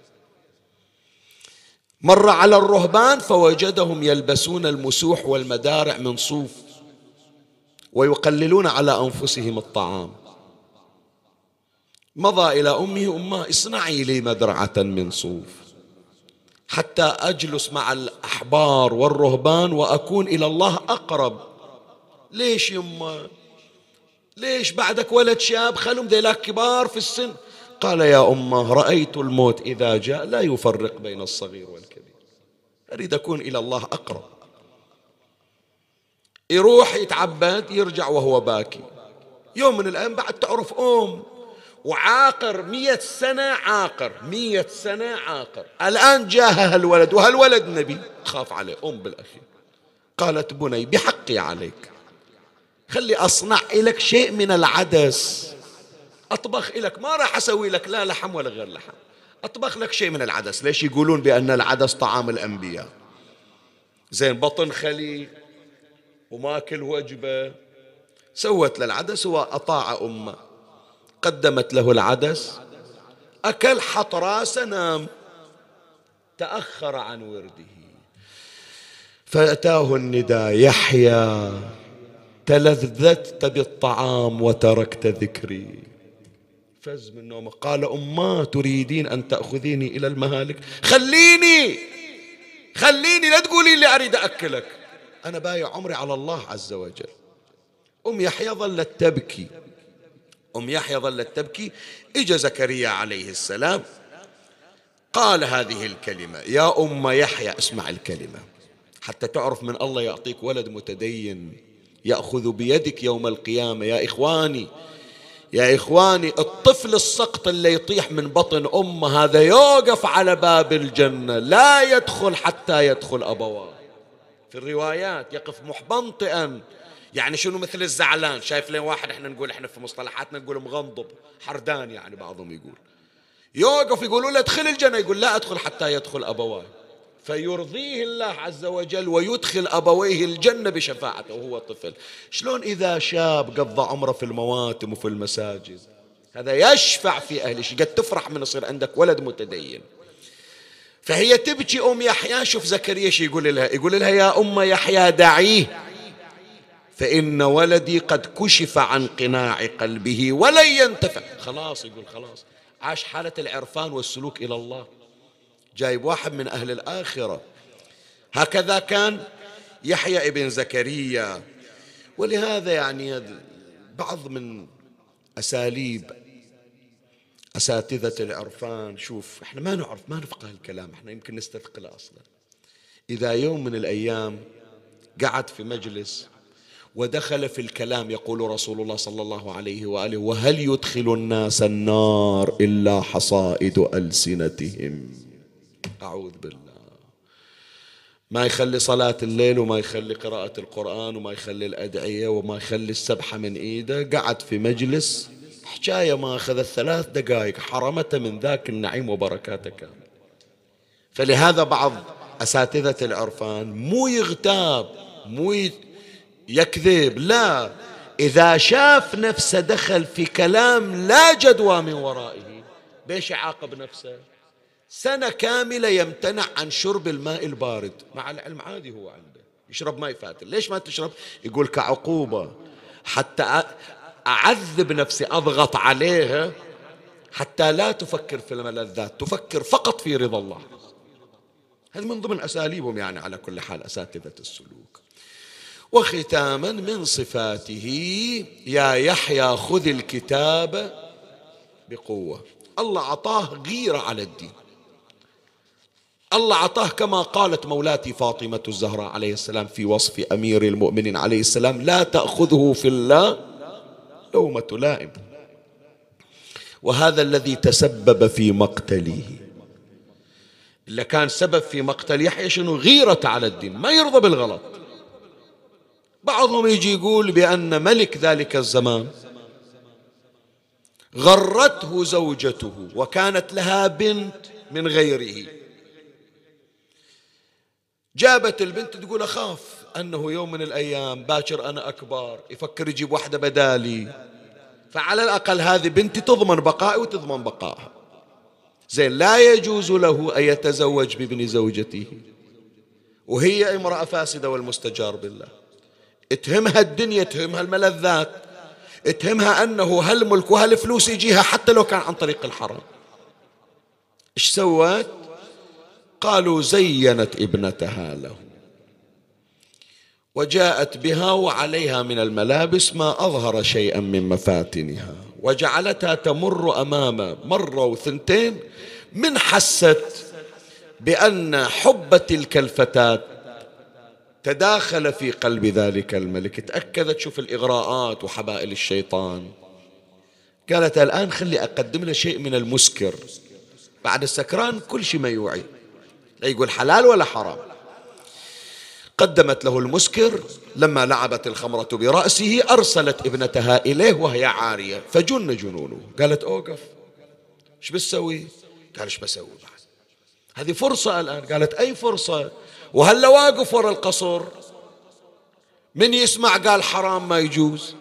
مر على الرهبان فوجدهم يلبسون المسوح والمدارع من صوف ويقللون على أنفسهم الطعام. مضى إلى أمه: أمه اصنعي لي مدرعة من صوف حتى أجلس مع الأحبار والرهبان وأكون إلى الله أقرب. ليش يما؟ ليش بعدك ولد شاب خلهم ذيلاك كبار في السن؟ قال: يا أمه رأيت الموت إذا جاء لا يفرق بين الصغير والكبير، أريد أكون إلى الله أقرب. يروح يتعبد يرجع وهو باكي. يوم من الأيام بعد تعرف أم وعاقر مية سنة، عاقر مية سنة عاقر، الآن جاها هالولد وهالولد نبي، تخاف عليه أم بالأخير. قالت: بني بحقي عليك، خلي أصنع لك شيء من العدس، أطبخ لك، ما راح أسوي لك لا لحم ولا غير لحم، أطبخ لك شيء من العدس. ليش يقولون بأن العدس طعام الأنبياء؟ زين بطن خلي وماكل وجبة، سوت للعدس وأطاع أمه، قدمت له العدس، أكل، حط راسه، نام، تأخر عن ورده. فأتاه النداء: يحيى تلذذت بالطعام وتركت ذكري. فز من نومه. قال: أماه تريدين أن تأخذيني إلى المهالك؟ خليني خليني لا تقولي لي أريد أكلك، أنا بايع عمري على الله عز وجل. أم يحيى ظلت تبكي، أم يحيى ظلت تبكي. إجا زكريا عليه السلام قال هذه الكلمة: يا أم يحيى، اسمع الكلمة حتى تعرف من الله يعطيك ولد متدين يأخذ بيدك يوم القيامة. يا إخواني يا إخواني الطفل السقط اللي يطيح من بطن أمه هذا يوقف على باب الجنة، لا يدخل حتى يدخل أبواه. في الروايات يقف محبنطئا، يعني شنو؟ مثل الزعلان. شايف لين واحد احنا نقول، احنا في مصطلحاتنا نقول مغضب حردان، يعني بعضهم يقول يوقف يقولوا له ادخل الجنة، يقول لا أدخل حتى يدخل أبواه، فيرضيه الله عز وجل ويدخل أبويه الجنة بشفاعته وهو طفل. شلون إذا شاب قضى عمره في المواتم وفي المساجد، هذا يشفع في أهل الشيء، قد تفرح من يصير عندك ولد متدين. فهي تبكي أم يحيى. شوف زكريا شو يقول لها، يقول لها: يا أم يحيى دعيه فإن ولدي قد كشف عن قناع قلبه ولن ينتفع. خلاص، يقول خلاص عاش حالة العرفان والسلوك إلى الله، جايب واحد من أهل الآخرة. هكذا كان يحيى ابن زكريا. ولهذا يعني بعض من أساليب أساتذة العرفان، شوف احنا ما نعرف ما نفقه الكلام، احنا يمكن نستثقله أصلا. إذا يوم من الأيام قعد في مجلس ودخل في الكلام، يقول رسول الله صلى الله عليه وآله: وهل يدخل الناس النار إلا حصائد ألسنتهم. أعوذ بالله. ما يخلي صلاة الليل وما يخلي قراءة القرآن وما يخلي الأدعية وما يخلي السبحة من إيده، قعد في مجلس حكاية ما أخذت ثلاث دقائق حرمته من ذاك النعيم وبركاته كامل. فلهذا بعض أساتذة العرفان مو يغتاب مو يكذب، لا، إذا شاف نفسه دخل في كلام لا جدوى من ورائه بيش يعاقب نفسه؟ سنة كاملة يمتنع عن شرب الماء البارد، مع العلم عادي هو عنده يشرب ماء فاتر. ليش ما تشرب؟ يقول كعقوبة حتى أعذب نفسي، أضغط عليها حتى لا تفكر في الملذات، تفكر فقط في رضا الله. هذا من ضمن أساليبهم يعني على كل حال أساتذة السلوك. وختاما من صفاته: يا يحيى خذ الكتاب بقوة. الله عطاه غيرة على الدين، الله عطاه كما قالت مولاتي فاطمة الزهراء عليه السلام في وصف أمير المؤمنين عليه السلام: لا تأخذه في الله لومة لائم. وهذا الذي تسبب في مقتله، اللي كان سبب في مقتل يحيى شنو؟ غيرة على الدين، ما يرضى بالغلط. بعضهم يجي يقول بأن ملك ذلك الزمان غرته زوجته وكانت لها بنت من غيره، جابت البنت تقول أخاف أنه يوم من الأيام باكر أنا أكبر يفكر يجيب واحدة بدالي، فعلى الأقل هذه بنتي تضمن بقائي وتضمن بقائها. زين، لا يجوز له أن يتزوج بابن زوجته وهي امرأة فاسدة والمستجار بالله، اتهمها الدنيا، اتهمها الملذات، اتهمها أنه هالملك وهالفلوس يجيها حتى لو كان عن طريق الحرام. ايش سوت؟ قالوا زينت ابنتها له وجاءت بها وعليها من الملابس ما أظهر شيئا من مفاتنها، وجعلتها تمر أمامه مرة وثنتين، من حست بأن حب تلك الفتاة تداخل في قلب ذلك الملك، تأكدت شوف الإغراءات وحبائل الشيطان، قالت الآن خلي أقدم له شيء من المسكر، بعد السكران كل شيء ما يوعي، لا يقول حلال ولا حرام. قدمت له المسكر، لما لعبت الخمرة برأسه أرسلت ابنتها إليه وهي عارية فجن جنونه. قالت أوقف، ايش بتسوي؟ قال ايش بسوي بعد؟ هذه فرصة الآن. قالت أي فرصة؟ وهلا واقف ورا القصر، من يسمع قال حرام ما يجوز،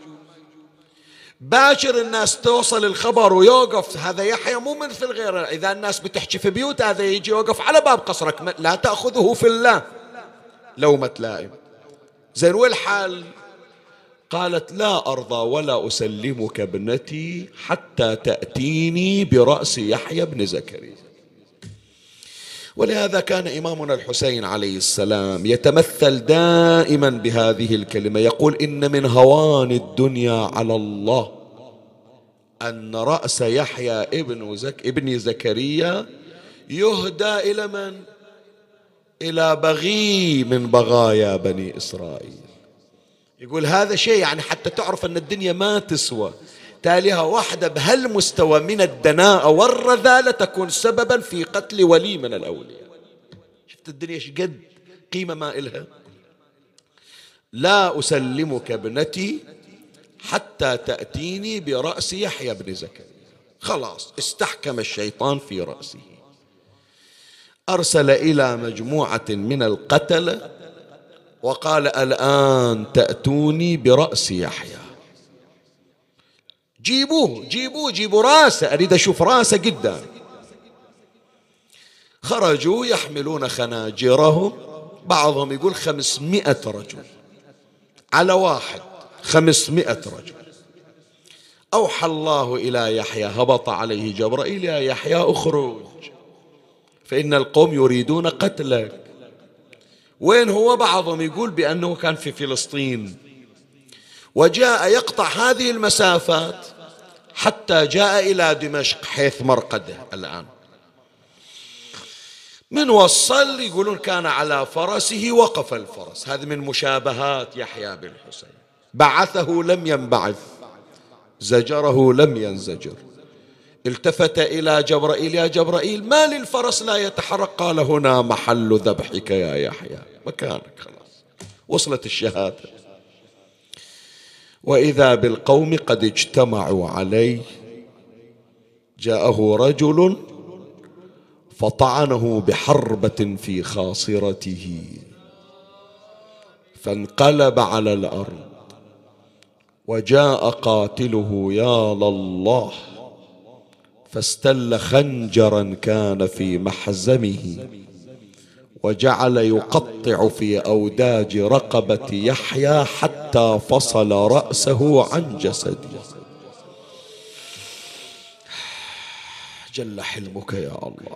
باكر الناس توصل الخبر ويوقف. هذا يحيى مو مثل غيره، إذا الناس بتحكي في بيوت هذا يجي يوقف على باب قصرك، لا تأخذه في الله لومة لائم. زين والحال؟ قالت لا أرضى ولا أسلمك ابنتي حتى تأتيني برأس يحيى بن زكريا. ولهذا كان إمامنا الحسين عليه السلام يتمثل دائما بهذه الكلمة، يقول: إن من هوان الدنيا على الله أن رأس يحيى ابن زك ابن زكريا يهدى إلى من؟ إلى بغي من بغايا بني إسرائيل. يقول هذا شيء يعني حتى تعرف أن الدنيا ما تسوى، تاليها واحدة بهالمستوى من الدناءة والرذالة تكون سببا في قتل ولي من الأولياء. شفت الدنيا ايش قد قيمة ما إلها. لا أسلمك ابنتي حتى تأتيني برأس يحيى بن زكريا. خلاص استحكم الشيطان في رأسه، أرسل إلى مجموعة من القتلة وقال: الآن تأتوني برأس يحيى، جيبوه جيبوه جيبوا راسه، أريد أشوف راسه قدام. خرجوا يحملون خناجرهم، بعضهم يقول خمسمائة رجل على واحد، خمسمائة رجل. أوحى الله إلى يحيى، هبط عليه جبرائيل: يا يحيى اخرج فإن القوم يريدون قتلك. وين هو؟ بعضهم يقول بأنه كان في فلسطين، وجاء يقطع هذه المسافات حتى جاء إلى دمشق حيث مرقده الآن. من وصل يقولون كان على فرسه، وقف الفرس. هذه من مشابهات يحيى بن الحسين. بعثه لم ينبعث، زجره لم ينزجر. التفت إلى جبرائيل: يا جبرائيل ما للفرس لا يتحرك؟ قال: هنا محل ذبحك يا يحيى، مكانك، خلاص وصلت الشهادة. وإذا بالقوم قد اجتمعوا عليه، جاءه رجل فطعنه بحربة في خاصرته فانقلب على الأرض، وجاء قاتله يا لله فاستل خنجرا كان في محزمه وجعل يقطع في أوداج رقبة يحيى حتى فصل رأسه عن جسده. جل حلمك يا الله.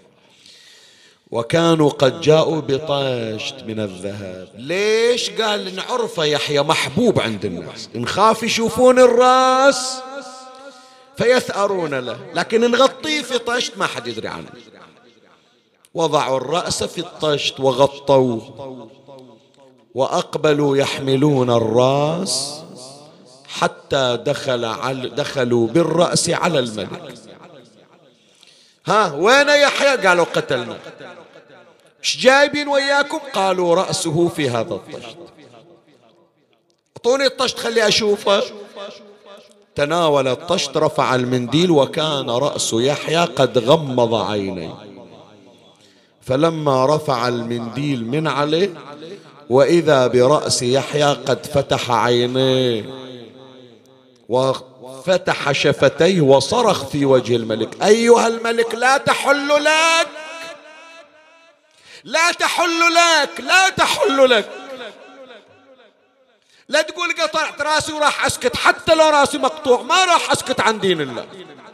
وكانوا قد جاءوا بطشت من الذهب. ليش؟ قال إن عرفه يحيى محبوب عند الناس، نخاف يشوفون الرأس فيثأرون له، لكن نغطيه في طشت ما حد يدري عنه. وضعوا الرأس في الطشت وغطوه، وأقبلوا يحملون الرأس حتى دخل على دخلوا بالرأس على الملك. ها وين يحيى؟ قالوا قتلنا. ايش جايبين وياكم؟ قالوا رأسه في هذا الطشت. اعطوني الطشت خلي أشوفه. تناول الطشت، رفع المنديل، وكان رأس يحيى قد غمض عينيه. فلما رفع المنديل من عليه وإذا برأس يحيى قد فتح عينيه وفتح شفتيه وصرخ في وجه الملك: أيها الملك لا تحل لك، لا تحل لك، لا تحل لك. لا تقول قطعت راسي وراح أسكت، حتى لو راسي مقطوع ما راح أسكت عن دين الله.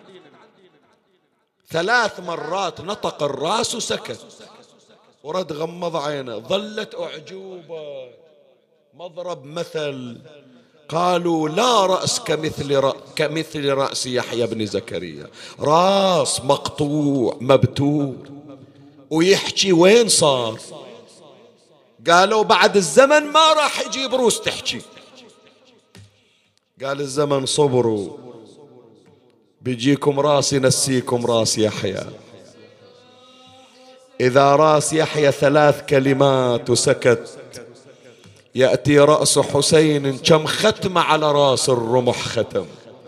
ثلاث مرات نطق الراس وسكت، ورد غمض عينه. ظلت أعجوبة مضرب مثل. قالوا لا رأس كمثل, رأ... كمثل رأس يحيى بن زكريا، راس مقطوع مبتور. ويحكي وين صار؟ قالوا بعد الزمن ما راح يجيب روس تحكي. قال الزمن صبروا، بيجيكم راس ينسيكم راس يحيى. إذا راس يحيى ثلاث كلمات وسكت، يأتي رأس حسين كم ختم على راس الرمح ختم.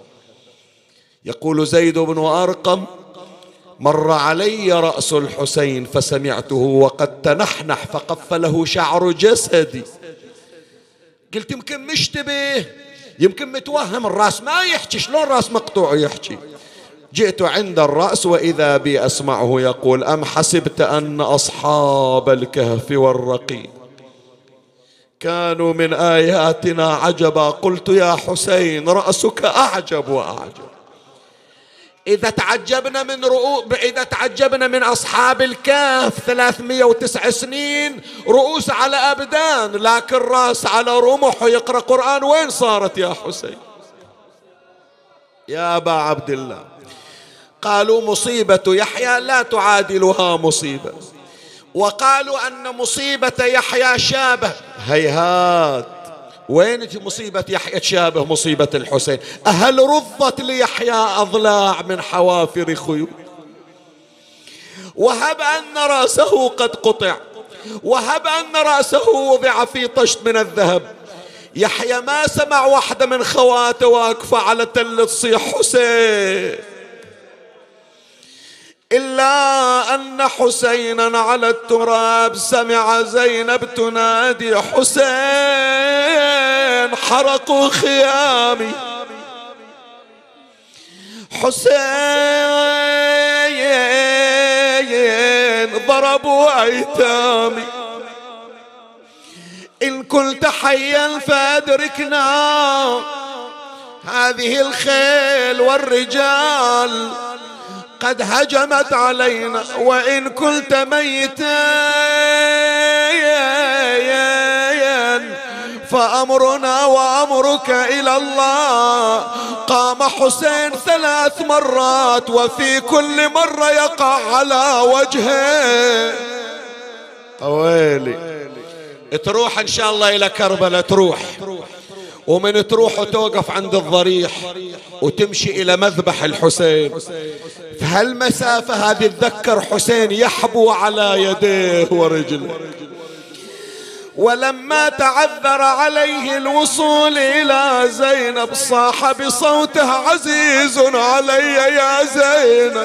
يقول زيد بن أرقم: مر علي رأس الحسين فسمعته وقد تنحنح فقفله شعر جسدي. قلت يمكن مشتبه، يمكن متوهم، الرأس ما يحكي، شلون راس مقطوع يحكي؟ جئت عند الرأس وإذا بي أسمعه يقول: أم حسبت أن أصحاب الكهف والرقيم كانوا من آياتنا عجبا؟ قلت يا حسين رأسك أعجب وأعجب. إذا تعجبنا من رؤوس إذا تعجبنا من أصحاب الكهف ثلاثمئة وتسع سنين رؤوس على أبدان، لكن راس على رمح ويقرأ قرآن، وين صارت يا حسين يا أبا عبد الله؟ قالوا مصيبة يحيى لا تعادلها مصيبة، وقالوا أن مصيبة يحيى شابه، هيهات، وين مصيبة يحيى تشابه مصيبة الحسين؟ أهل رضت ليحيى أضلاع من حوافر خيول، وهب أن رأسه قد قطع، وهب أن رأسه وضع في طشت من الذهب، يحيى ما سمع واحدة من خواته واقفة على تل تصيح حسين، إلا أن حسينا على التراب سمع زينب تنادي حسين حرقوا خيامي، حسين ضربوا أيتامي، إن كنت حيا فأدركنا هذه الخيل والرجال قد هجمت علينا، وإن كنت ميتا فأمرنا وأمرك إلى الله. قام حسين ثلاث مرات وفي كل مرة يقع على وجهه. أويلي تروح إن شاء الله إلى كربلاء، تروح ومن تروح وتوقف عند الضريح وتمشي إلى مذبح الحسين، في هالمسافة هذه تذكر حسين يحبو على يديه ورجله. ولما تعذر عليه الوصول إلى زينب صاح بصوته عزيز علي يا زينب،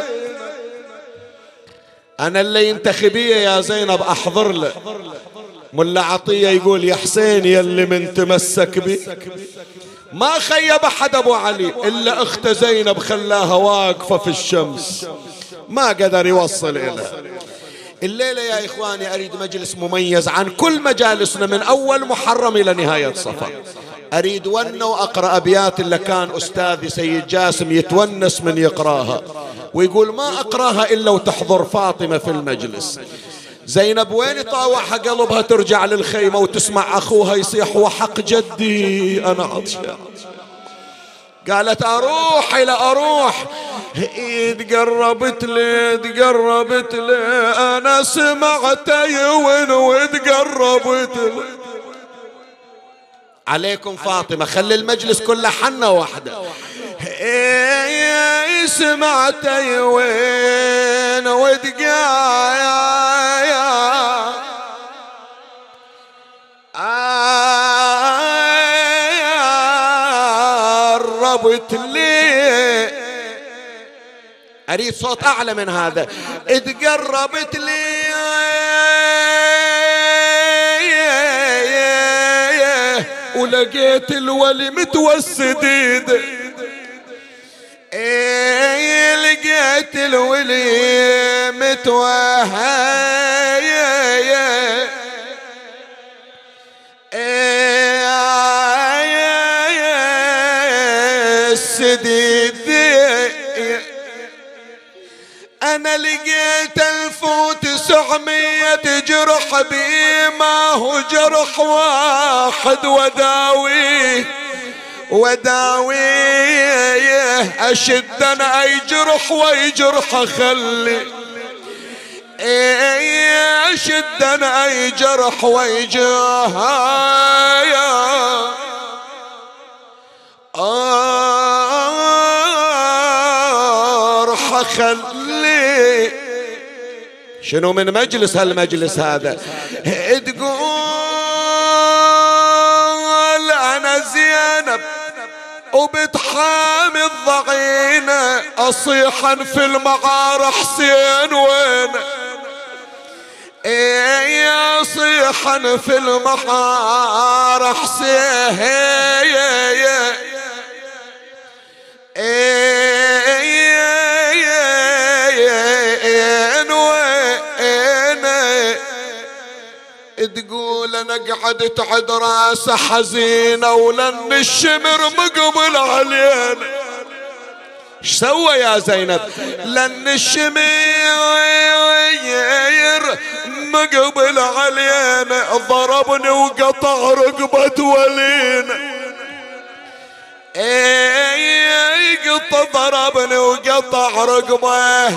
أنا اللي ينتخبيه يا زينب أحضر له. ملا عطية يقول يا حسين يلي من تمسك بي ما خيب أحد أبو علي إلا أخت زينب، خلاها واقفة في الشمس ما قدر يوصل إليها. الليلة يا إخواني أريد مجلس مميز عن كل مجالسنا من أول محرم إلى نهاية صفر. أريد ون وأقرأ أبيات اللي كان أستاذي سيد جاسم يتونس من يقراها ويقول ما أقراها إلا وتحضر فاطمة في المجلس. زينب وين طاوعها قلبها ترجع للخيمة وتسمع أخوها يصيح وحق جدي أنا عطشان، قالت أروح إلى أروح، تقربت لي تقربت لي أنا سمعت يون وتقربت لي. عليكم فاطمة خلي المجلس كله حنة واحدة. إيه سمعت يون وتقربت لي، أريد صوت أعلى من هذا. اتقربت لي ولقيت الولي متوسد ايده، ايه لقيت الولي متوهد السديد. أنا لقيت ألف وتسعمية جرح بي ما هو جرح واحد وداويه وداويه أشد أنا أي جرح وأي جرح أخلي، أشد أنا أي جرح وأي جرح خلي. شنو من مجلس هالمجلس هذا؟ تقول أنا زينب وبتحامي الضغينة أصيحا في المغارة حسين وين، إيه أصيحا في المغارة حسين تقول أنا قعدت عد راسه حزينة ولن الشمر مقبل علينا، سوى يا زينب؟ لأن الشمير مقبل علينا ضربني وقطع رقبة ولينا. اي قطع ضربني وقطع رقبه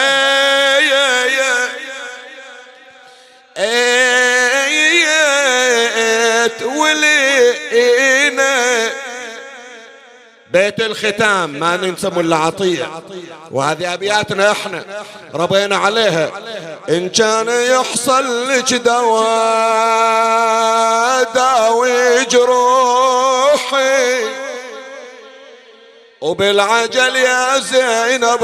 ولينا. بيت الختام ما ننسى ملا عطية، وهذه أبياتنا احنا ربينا عليها. إن كان يحصل لك دواء داوي جروحي، وبالعجل يا زينب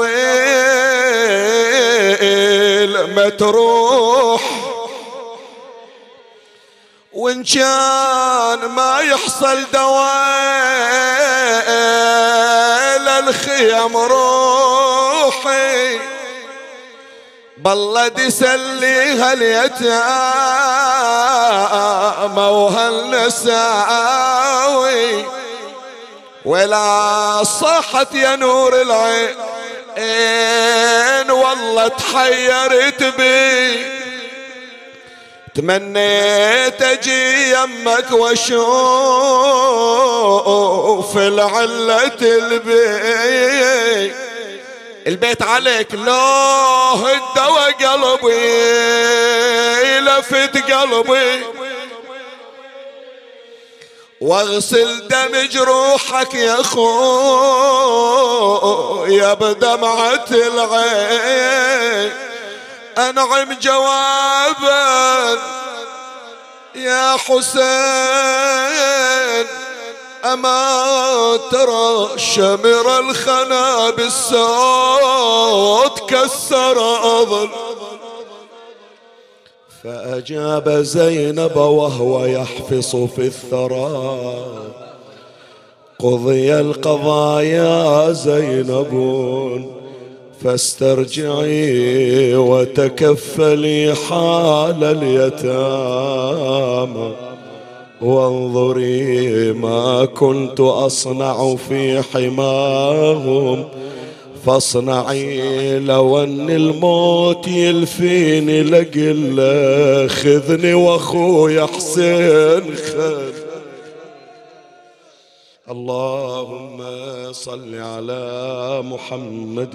قبيل ما تروح. وإن كان ما يحصل دواء للخيم روحي، بالله تسليها اليتامى وهالنساوي. ولا صحت يا نور العين والله تحيرت بي، تمنيت اجي يمك واشوف العلة البي. البيت عليك لوه الدوا قلبي لفت قلبي، واغسل دم جروحك يا خويا بدمعة العين. انعم جوابا يا حسين، اما ترى شمر الخنا بالصوت كسر اظن. فأجاب زينب وهو يحفص في الثرى، قضي القضاء يا زينب فاسترجعي وتكفلي حال اليتامى، وانظري ما كنت أصنع في حماهم، فاصنعي لو ان الموت يلفيني لقل خذني واخويا حسين خذ. اللهم صل على محمد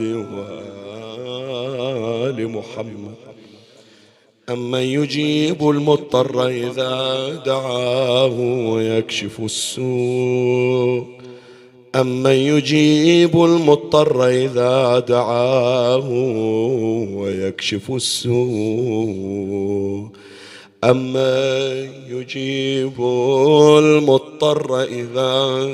وآل محمد. أمن يجيب المضطر إذا دعاه ويكشف السوء، أمن يجيب المضطر إذا دعاه ويكشف السوء، أمن يجيب المضطر إذا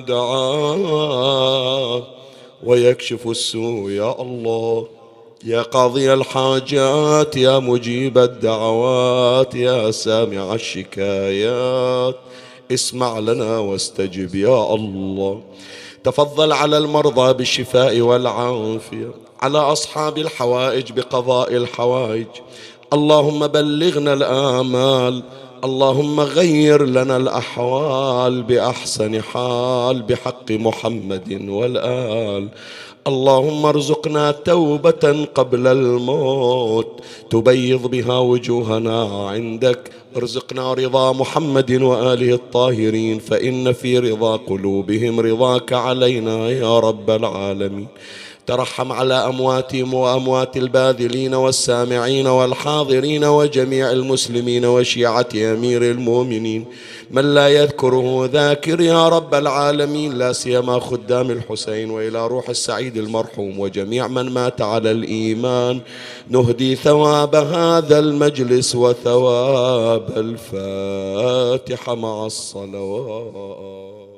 دعاه ويكشف السوء. يا الله يا قاضي الحاجات، يا مجيب الدعوات، يا سامع الشكايات، اسمع لنا واستجب يا الله. تفضل على المرضى بالشفاء والعافية، على أصحاب الحوائج بقضاء الحوائج. اللهم بلغنا الآمال، اللهم غير لنا الأحوال بأحسن حال بحق محمد والآل. اللهم ارزقنا توبة قبل الموت تبيض بها وجوهنا عندك. ارزقنا رضا محمد وآله الطاهرين، فإن في رضا قلوبهم رضاك علينا يا رب العالمين. ترحم على أمواتهم وأموات الباذلين والسامعين والحاضرين وجميع المسلمين وشيعة أمير المؤمنين، من لا يذكره ذاكر يا رب العالمين، لا سيما خدام الحسين، وإلى روح السعيد المرحوم وجميع من مات على الإيمان نهدي ثواب هذا المجلس وثواب الفاتحة مع الصلوات.